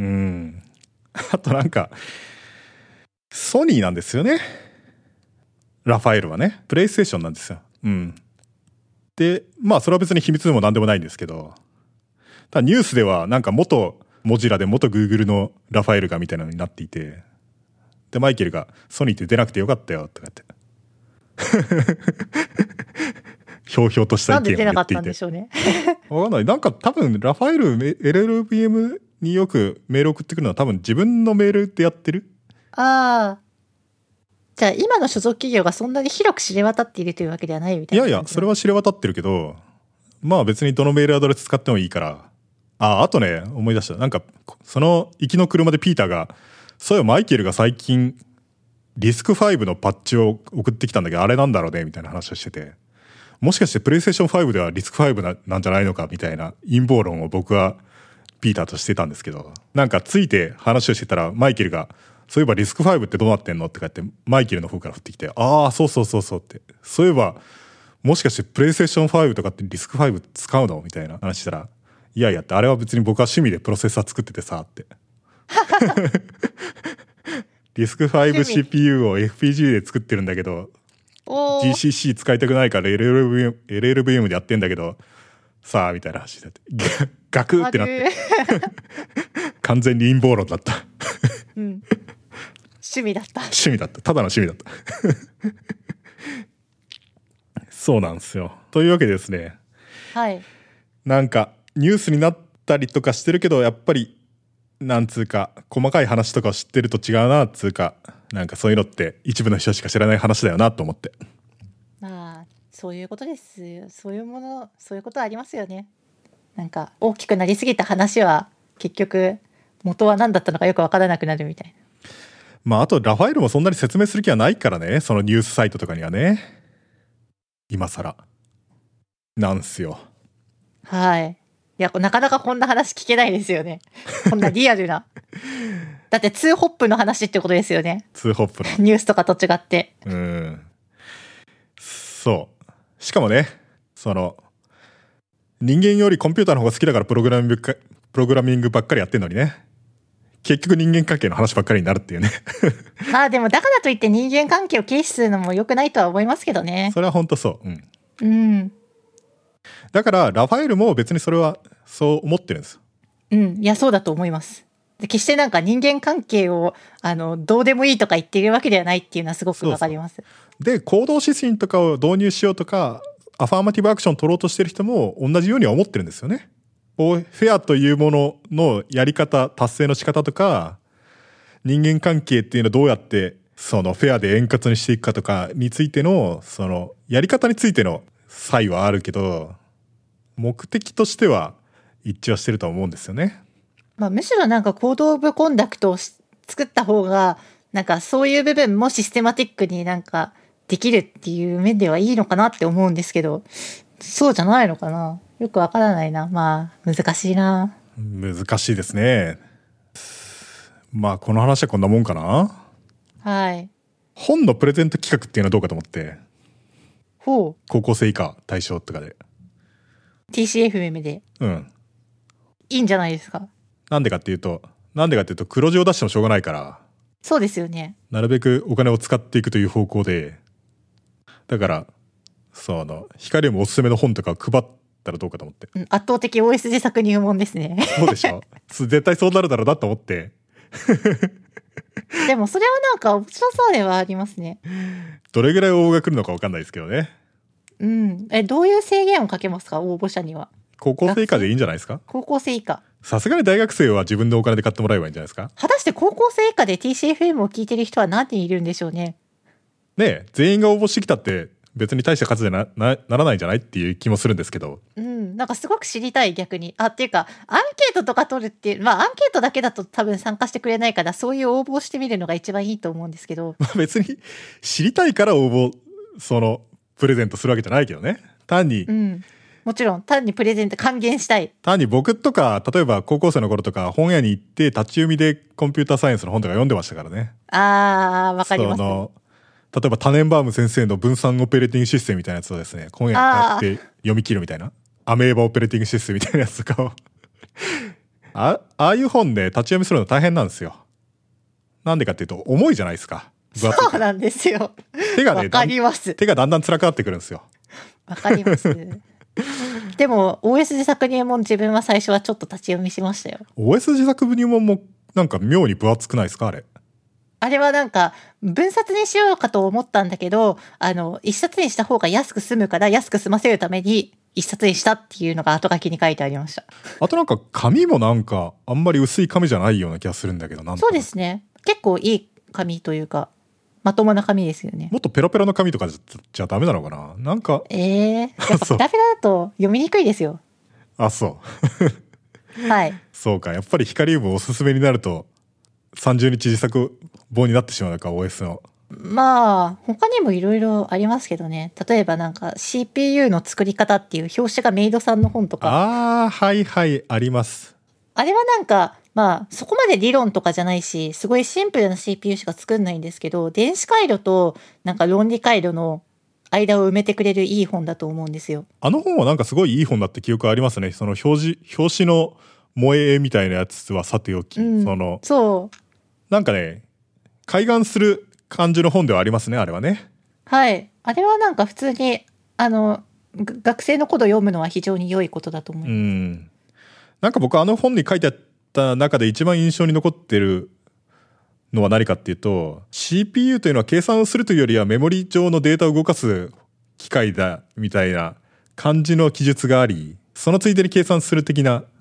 あとなんかソニーなんですよね、ラファエルはね。プレイステーションなんですよ。うん。でまあそれは別に秘密でも何でもないんですけど、ただニュースではなんか元モジラで元グーグルのラファエルがみたいなのになっていて、でマイケルがソニーって出なくてよかったよとか言ってひょうひょうとした意見を言っていて、 なんで出なかったんでしょうねわかんない。なんか多分ラファエル エルエルブイエム によくメール送ってくるのは多分自分のメールでやってる。 ああ、じゃあ今の所属企業がそんなに広く知れ渡っているというわけではないみたいな。 いやいやそれは知れ渡ってるけど、まあ別にどのメールアドレス使ってもいいから。ああとね思い出した、なんかその行きの車でピーターが、そういえばマイケルが最近リスクファイブのパッチを送ってきたんだけどあれなんだろうねみたいな話をしてて、もしかしてプレイステーションファイブではリスクファイブ な, なんじゃないのかみたいな陰謀論を僕はピーターとしてたんですけど、なんかついて話をしてたらマイケルがそういえばリスクファイブってどうなってんのってかってマイケルの方から振ってきて、ああそうそうそうそうって、そういえばもしかしてプレイステーションファイブとかってリスクファイブ使うのみたいな話したら、いやいやってあれは別に僕は趣味でプロセッサー作っててさってリスクファイブシーピーユー を エフピージー で作ってるんだけど ジーシーシー 使いたくないから エルエルブイエム, エルエルブイエム でやってんだけどさあみたいな話だってガクってなって完全に陰謀論だった、 うん、趣味だった趣味だったただの趣味だったそうなんですよ。というわけでですね、 はい、 なんかニュースになったりとかしてるけど、やっぱりなんつうか細かい話とかを知ってると違うなっつうか、なんかそういうのって一部の人しか知らない話だよなと思って。 まあそういうことですよ。そういうもの、そういうことありますよね。なんか大きくなりすぎた話は結局元は何だったのかよく分からなくなるみたいな。 まああとラファエルもそんなに説明する気はないからね、そのニュースサイトとかにはね。今更なんすよ。 はい。いや、なかなかこんな話聞けないですよね。こんなリアルな。だってツーホップの話ってことですよね。 ツーホップのニュースとかと違って。 うん。そう。しかもね、その人間よりコンピューターの方が好きだからプログラミングかプログラミングばっかりやってんのにね。結局人間関係の話ばっかりになるっていうね。 まあでもだからといって人間関係を軽視するのも良くないとは思いますけどね。 それは本当そう。うん。 うん。 だからラファエルも別にそれはそう思ってるんです。 うん、いやそうだと思います。で決してなんか人間関係をあのどうでもいいとか言っているわけではないっていうのはすごくわかります。 そうそうで行動指針とかを導入しようとかアファーマティブアクションを取ろうとしてる人も同じようには思ってるんですよね。フェアというもののやり方、達成の仕方とか人間関係っていうのをどうやってそのフェアで円滑にしていくかとかについてのそのやり方についての差異はあるけど目的としては一致はしてると思うんですよね。 まあ、むしろなんかコードオブコンダクトを作った方がなんかそういう部分もシステマティックになんかできるっていう面ではいいのかなって思うんですけど、そうじゃないのかな。よくわからないな。まあ難しいな。 難しいですね。まあこの話はこんなもんかな。 はい。 本のプレゼント企画っていうのはどうかと思って。 ほう。 高校生以下対象とかでティーシーエフエム でうんいいんじゃないですか。 なんでかっていうとなんでかっていうと黒字を出してもしょうがないからそうですよね。 なるべくお金を使っていくという方向で、だからその光もおすすめの本とかを配ったらどうかと思って、 うん、圧倒的 オーエス 自作入門ですね。 そうでしょ絶対そうなるだろうなと思ってでもそれはなんか面白そうではありますね。 どれぐらい応募が来るのか分かんないですけどね。 うん。え、どういう制限をかけますか、応募者には。 高校生以下でいいんじゃないですか。 高校生以下。 さすがに大学生は自分でお金で買ってもらえばいいんじゃないですか。 果たして高校生以下で ティーシーエフエム を聞いてる人は何人いるんでしょうね。 ねえ、全員が応募してきたって別に大した数じゃ な, な, ならないんじゃないっていう気もするんですけど。 うん。なんかすごく知りたい、逆に。あ、っていうか、アンケートとか取るっていう、まあアンケートだけだと多分参加してくれないから、そういう応募をしてみるのが一番いいと思うんですけど。 別に知りたいから応募、その、プレゼントするわけじゃないけどね。単に、 うん。もちろん、単にプレゼント還元したい。 単に僕とか、例えば高校生の頃とか本屋に行って立ち読みでコンピューターサイエンスの本とか読んでましたからね。 あー、わかります。 その例えばタネンバーム先生の分散オペレーティングシステムみたいなやつをですね、今夜やって読み切るみたいな。アメーバオペレーティングシステムみたいなやつとかをあ、ああいう本で立ち読みするの大変なんですよ。なんでかっていうと重いじゃないですか。 そうなんですよ。 手がね、 わかります。 手がだんだん辛くなってくるんですよ。 わかります。でも オーエス 自作入門自分は最初はちょっと立ち読みしましたよ。 オーエス 自作入門もなんか妙に分厚くないですかあれ。 あれはなんか分冊にしようかと思ったんだけど、あの一冊にした方が安く済むから安く済ませるために一冊にしたっていうのが後書きに書いてありました。 あとなんか紙もなんかあんまり薄い紙じゃないような気がするんだけど、なんとなく。 そうですね。結構いい紙というかまともな紙ですよね。 もっとペラペラの紙とかじゃダメなのかな。なんかええー、やっぱペラペラだと読みにくいですよ。 あ、そうはい。 そうか、やっぱり光ウムおすすめになるとさんじゅうにち自作本になってしまうのか オーエス の。 まあ他にもいろいろありますけどね。例えばなんか シーピーユー の作り方っていう表紙がメイドさんの本とか。 ああ、はいはいあります。 あれはなんかまあそこまで理論とかじゃないし、すごいシンプルな シーピーユー しか作んないんですけど、電子回路となんか論理回路の間を埋めてくれるいい本だと思うんですよ。 あの本はなんかすごいいい本だって記憶ありますね。その表示表紙の萌え絵みたいなやつはさておき、うん、そのそうなんかね開眼する感じの本ではありますね、あれはね。 はい、あれはなんか普通にあの学生の頃読むのは非常に良いことだと思います。うん、 なんか僕あの本に書いてあった中で一番印象に残ってるのは何かっていうと、 シーピーユー というのは計算をするというよりはメモリ上のデータを動かす機械だみたいな感じの記述があり、そのついでに計算する的な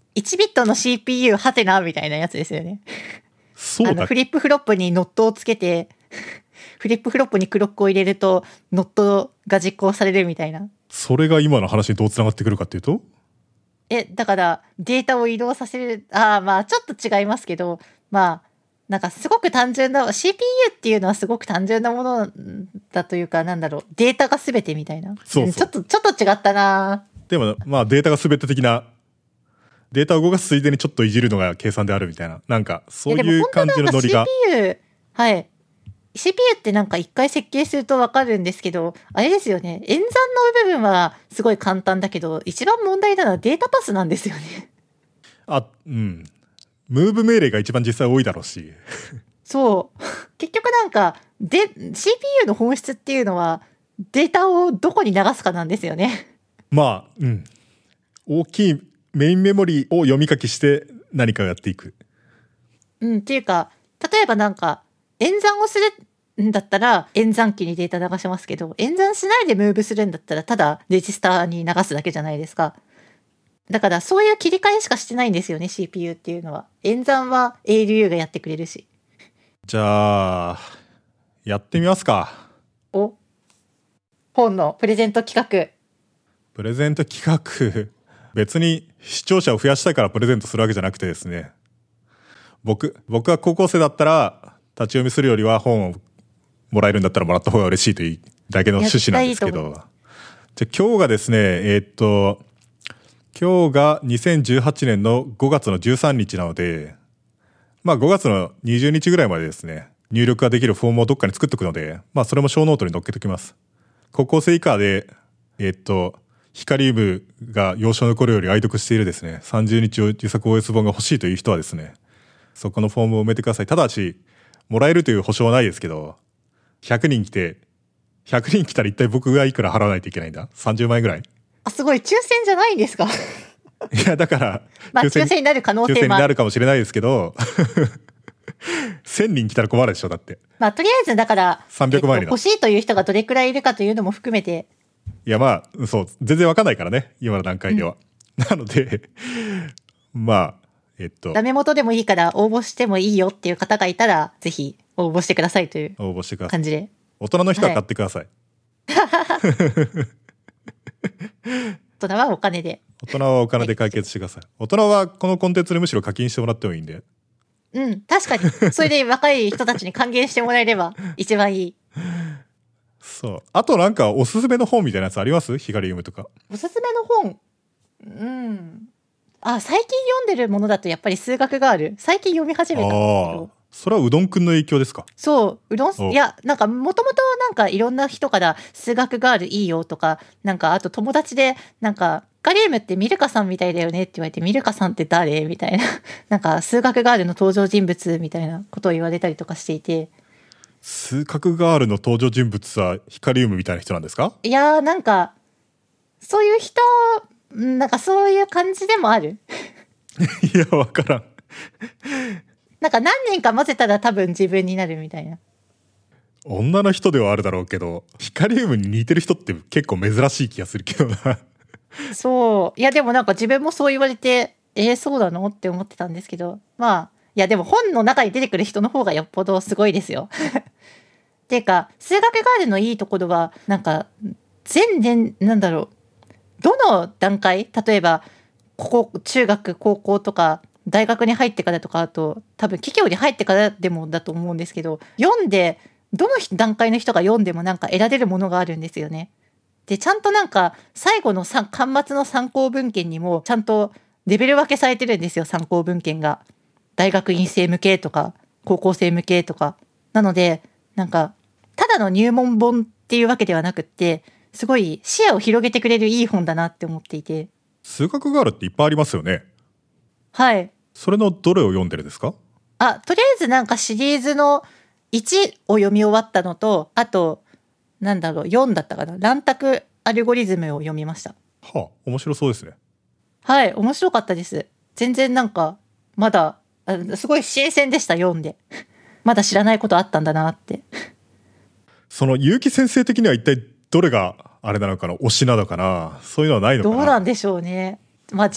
いちビットの シーピーユー はてなみたいなやつですよね。 そうだ。 あのフリップフロップにノットをつけてフリップフロップにクロックを入れるとノットが実行されるみたいな。 それが今の話にどうつながってくるかっていうと、 えだからデータを移動させる、ああまあちょっと違いますけど、まあなんかすごく単純な シーピーユー っていうのはすごく単純なものだというか、なんだろう、データが全てみたいな。 そうそう、 ちょっとちょっと違ったな。でもまあデータが全て的な、データを動かすついでにちょっといじるのが計算であるみたいな、なんかそういう感じのノリが。 シーピーユー はい シーピーユー ってなんか一回設計すると分かるんですけど、あれですよね、演算の部分はすごい簡単だけど、一番問題なのはデータパスなんですよね。 あ、うん、ムーブ命令が一番実際多いだろうしそう結局なんかで シーピーユー の本質っていうのはデータをどこに流すかなんですよね。 まあ、うん、大きいメインメモリを読み書きして何かをやっていく。 うんっていうか、例えばなんか演算をするんだったら演算機にデータ流しますけど、演算しないでムーブするんだったらただレジスターに流すだけじゃないですか。だからそういう切り替えしかしてないんですよね シーピーユー っていうのは。演算は エーエルユー がやってくれるし。 じゃあやってみますか。 お、本のプレゼント企画。 プレゼント企画、別に視聴者を増やしたいからプレゼントするわけじゃなくてですね、僕僕は高校生だったら立ち読みするよりは本をもらえるんだったらもらった方が嬉しいというだけの趣旨なんですけど、じゃあ今日がですね、えー、っと今日がにせんじゅうはちねんのごがつのじゅうさんにちなので、まあごがつのにじゅうにちぐらいまでですね、入力ができるフォームをどっかに作っとくので、まあそれも小ノートに載っけときます。高校生以下で、えー、っとヒカリウムが幼少の頃より愛読しているですね、さんじゅうにち自作 オーエス 本が欲しいという人はですね、そこのフォームを埋めてください。ただしもらえるという保証はないですけど、ひゃくにん来てひゃくにん来たら一体僕がいくら払わないといけないんだ。さんじゅうまん円ぐらい。 あ、すごい、抽選じゃないんですか。 いやだからまあ抽選になる可能性もある。 抽選になるかもしれないですけどせんにん来たら困るでしょ。だってまあとりあえずだからさんびゃくまん円、 えっと、欲しいという人がどれくらいいるかというのも含めて、 いやまあそう全然わかんないからね今の段階では、うん、なのでまあえっとダメ元でもいいから応募してもいいよっていう方がいたらぜひ応募してくださいという応募してください。 感じで、 大人の人は買ってください、 はい大人はお金で、 大人はお金で解決してください。大人はこのコンテンツにむしろ課金してもらってもいいんで。 うん確かにそれで若い人たちに還元してもらえれば一番いい。 そう、あとなんかおすすめの本みたいなやつあります？ヒカリウムとか。 おすすめの本、うんあ最近読んでるものだとやっぱり数学がある。最近読み始めたんですけど。 それはうどんくんの影響ですか？ そう、うどん、いや、なんか、もともとなんかいろんな人から数学ガールいいよとか、なんか、あと友達で、なんか、ガリウムってミルカさんみたいだよねって言われて、ミルカさんって誰みたいな、なんか、数学ガールの登場人物みたいなことを言われたりとかしていて。 数学ガールの登場人物はヒカリウムみたいな人なんですか？ いやー、なんか、そういう人、なんかそういう感じでもある。 いや、わからん。 なんか何人か混ぜたら多分自分になるみたいな。 女の人ではあるだろうけど、ヒカリウムに似てる人って結構珍しい気がするけどな。 そう。いやでもなんか自分もそう言われて、えー、そうなのって思ってたんですけど、まあ、いやでも本の中に出てくる人の方がよっぽどすごいですよ。っていうか、数学ガールのいいところは、なんか、全然、なんだろう。どの段階、例えば、ここ、中学、高校とか、大学に入ってからとか、あと、多分企業に入ってからでもだと思うんですけど、読んで、どの段階の人が読んでもなんか得られるものがあるんですよね。で、ちゃんとなんか、最後の端末の参考文献にも、ちゃんとレベル分けされてるんですよ、参考文献が。大学院生向けとか、高校生向けとか。なので、なんか、ただの入門本っていうわけではなくって、すごい視野を広げてくれるいい本だなって思っていて。 数学ガールっていっぱいありますよね。 はい。 それのどれを読んでるんですか？ あ、とりあえずなんかシリーズのいちを読み終わったのと、あと、なんだろう、よんだったかな。乱択アルゴリズムを読みました。 はあ、面白そうですね。 はい、面白かったです。全然なんか、まだ、すごい新鮮でした、読んで。まだ知らないことあったんだなって。 その結城先生的には一体どれがあれなのかな、推しなのかな、そういうのはないのかな。 どうなんでしょうね。まあ自分もま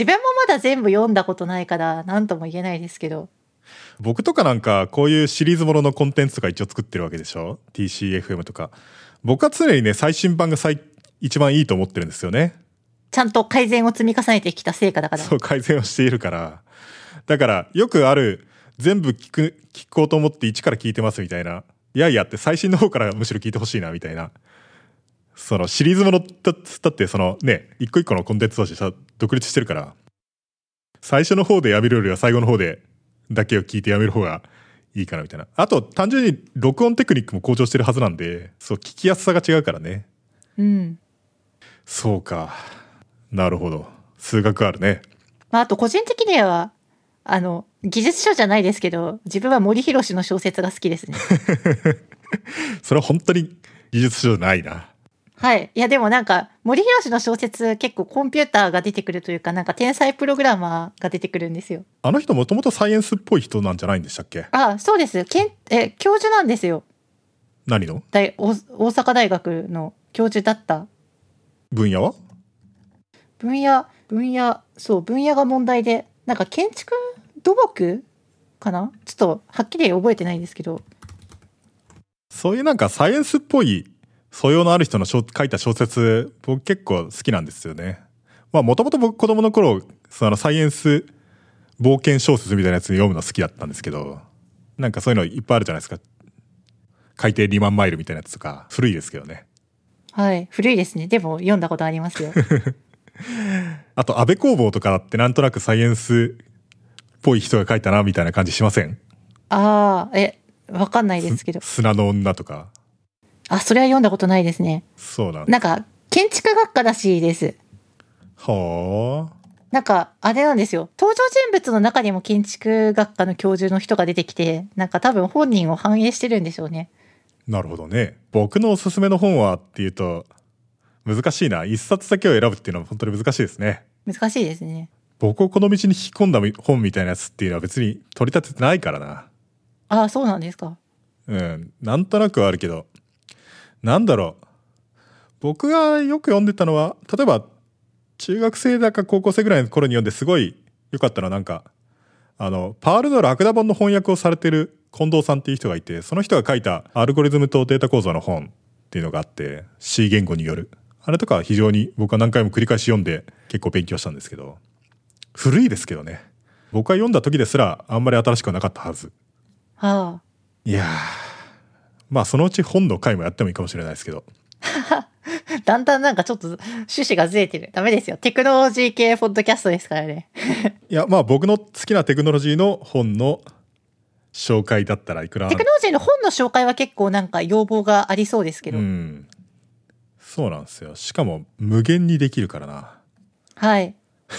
だ全部読んだことないから何とも言えないですけど。 僕とかなんかこういうシリーズもののコンテンツとか一応作ってるわけでしょ。 ティーシーエフエム とか。僕は常にね最新版が最一番いいと思ってるんですよね。 ちゃんと改善を積み重ねてきた成果だから。 そう、改善をしているから。だからよくある全部聞く聞こうと思って一から聞いてますみたいな、いやいやって最新の方からむしろ聞いてほしいなみたいな、そのシリーズものだってそのね一個一個のコンテンツとしてさ独立してるから、最初の方でやめるよりは最後の方でだけを聞いてやめる方がいいかなみたいな。あと単純に録音テクニックも向上してるはずなんで、そう聞きやすさが違うからね。 うん。 そうか、なるほど、数学あるね。 まああと個人的にはあの技術書じゃないですけど、自分は森博の小説が好きですね。 それは本当に技術書じゃないな。 はい。いやでもなんか森博の小説結構コンピューターが出てくるというか、なんか天才プログラマーが出てくるんですよ。 あの人もともとサイエンスっぽい人なんじゃないんでしたっけ？ あ、そうです。けんえ教授なんですよ。 何の？ 大大阪大学の教授だった。 分野は？ 分野分野そう分野が問題で、なんか建築土木かな、ちょっとはっきり覚えてないんですけど、 そういうなんかサイエンスっぽい素養のある人の書いた小説、僕結構好きなんですよね。まあもともと僕子供の頃そのサイエンス冒険小説みたいなやつ読むの好きだったんですけど、なんかそういうのいっぱいあるじゃないですか。海底にまんマイルみたいなやつとか、古いですけどね。 はい、古いですね。でも読んだことありますよ。 あと安倍工房とかってなんとなくサイエンスっぽい人が書いたなみたいな感じしません？ ああ、え、わかんないですけど。 砂の女とか。 あ、それは読んだことないですね。 そうなんだ。 なんか建築学科らしいです。 はあ。 なんかあれなんですよ。登場人物の中にも建築学科の教授の人が出てきて、なんか多分本人を反映してるんでしょうね。 なるほどね。僕のおすすめの本はっていうと難しいな。一冊だけを選ぶっていうのは本当に難しいですね。 難しいですね。 僕をこの道に引き込んだ本みたいなやつっていうのは別に取り立ててないからな。 ああ、そうなんですか。 うん、なんとなくはあるけど、なんだろう。僕がよく読んでたのは、例えば中学生だか高校生ぐらいの頃に読んですごい良かったのは、なんかあのパールのラクダ本の翻訳をされてる近藤さんっていう人がいて、その人が書いたアルゴリズムとデータ構造の本っていうのがあって、 C 言語によるあれとか非常に僕は何回も繰り返し読んで結構勉強したんですけど、古いですけどね。僕が読んだ時ですらあんまり新しくはなかったはず。 はあ。 いやー、まあそのうち本の回もやってもいいかもしれないですけど。 だんだんなんかちょっと趣旨がずれてる。ダメですよ。テクノロジー系ポッドキャストですからね。 いや、まあ僕の好きなテクノロジーの本の紹介だったらいくら。 テクノロジーの本の紹介は結構なんか要望がありそうですけど。 うん。そうなんですよ。しかも無限にできるからな。 はい。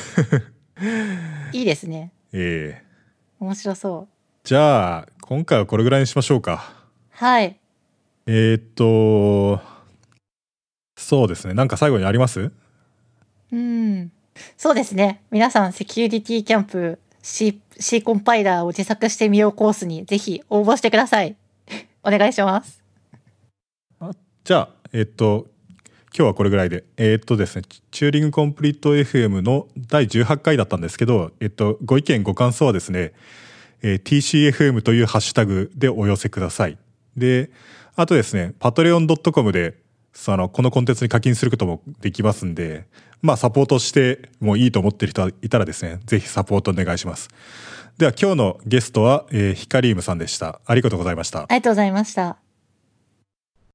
いいですね。 ええ。 面白そう。 じゃあ今回はこれぐらいにしましょうか。 はい。 えー、っとそうですね。なんか最後にあります？ うん。そうですね。皆さんセキュリティキャンプ C, C コンパイラーを自作してみようコースにぜひ応募してください。お願いします。 あ、じゃあえー、っと今日はこれぐらいで、えー、っとですね、チューリングコンプリート エフエム のだいじゅうはちかいだったんですけど、えっとご意見ご感想はですね、えー、ティーシーエフエム というハッシュタグでお寄せください。で、あとですね、パトレオンドットコム でそのこのコンテンツに課金することもできますんで、まあサポートしてもいいと思っている人いたらですね、ぜひサポートお願いします。では今日のゲストは、えー、ヒカリームさんでした。ありがとうございました。 ありがとうございました。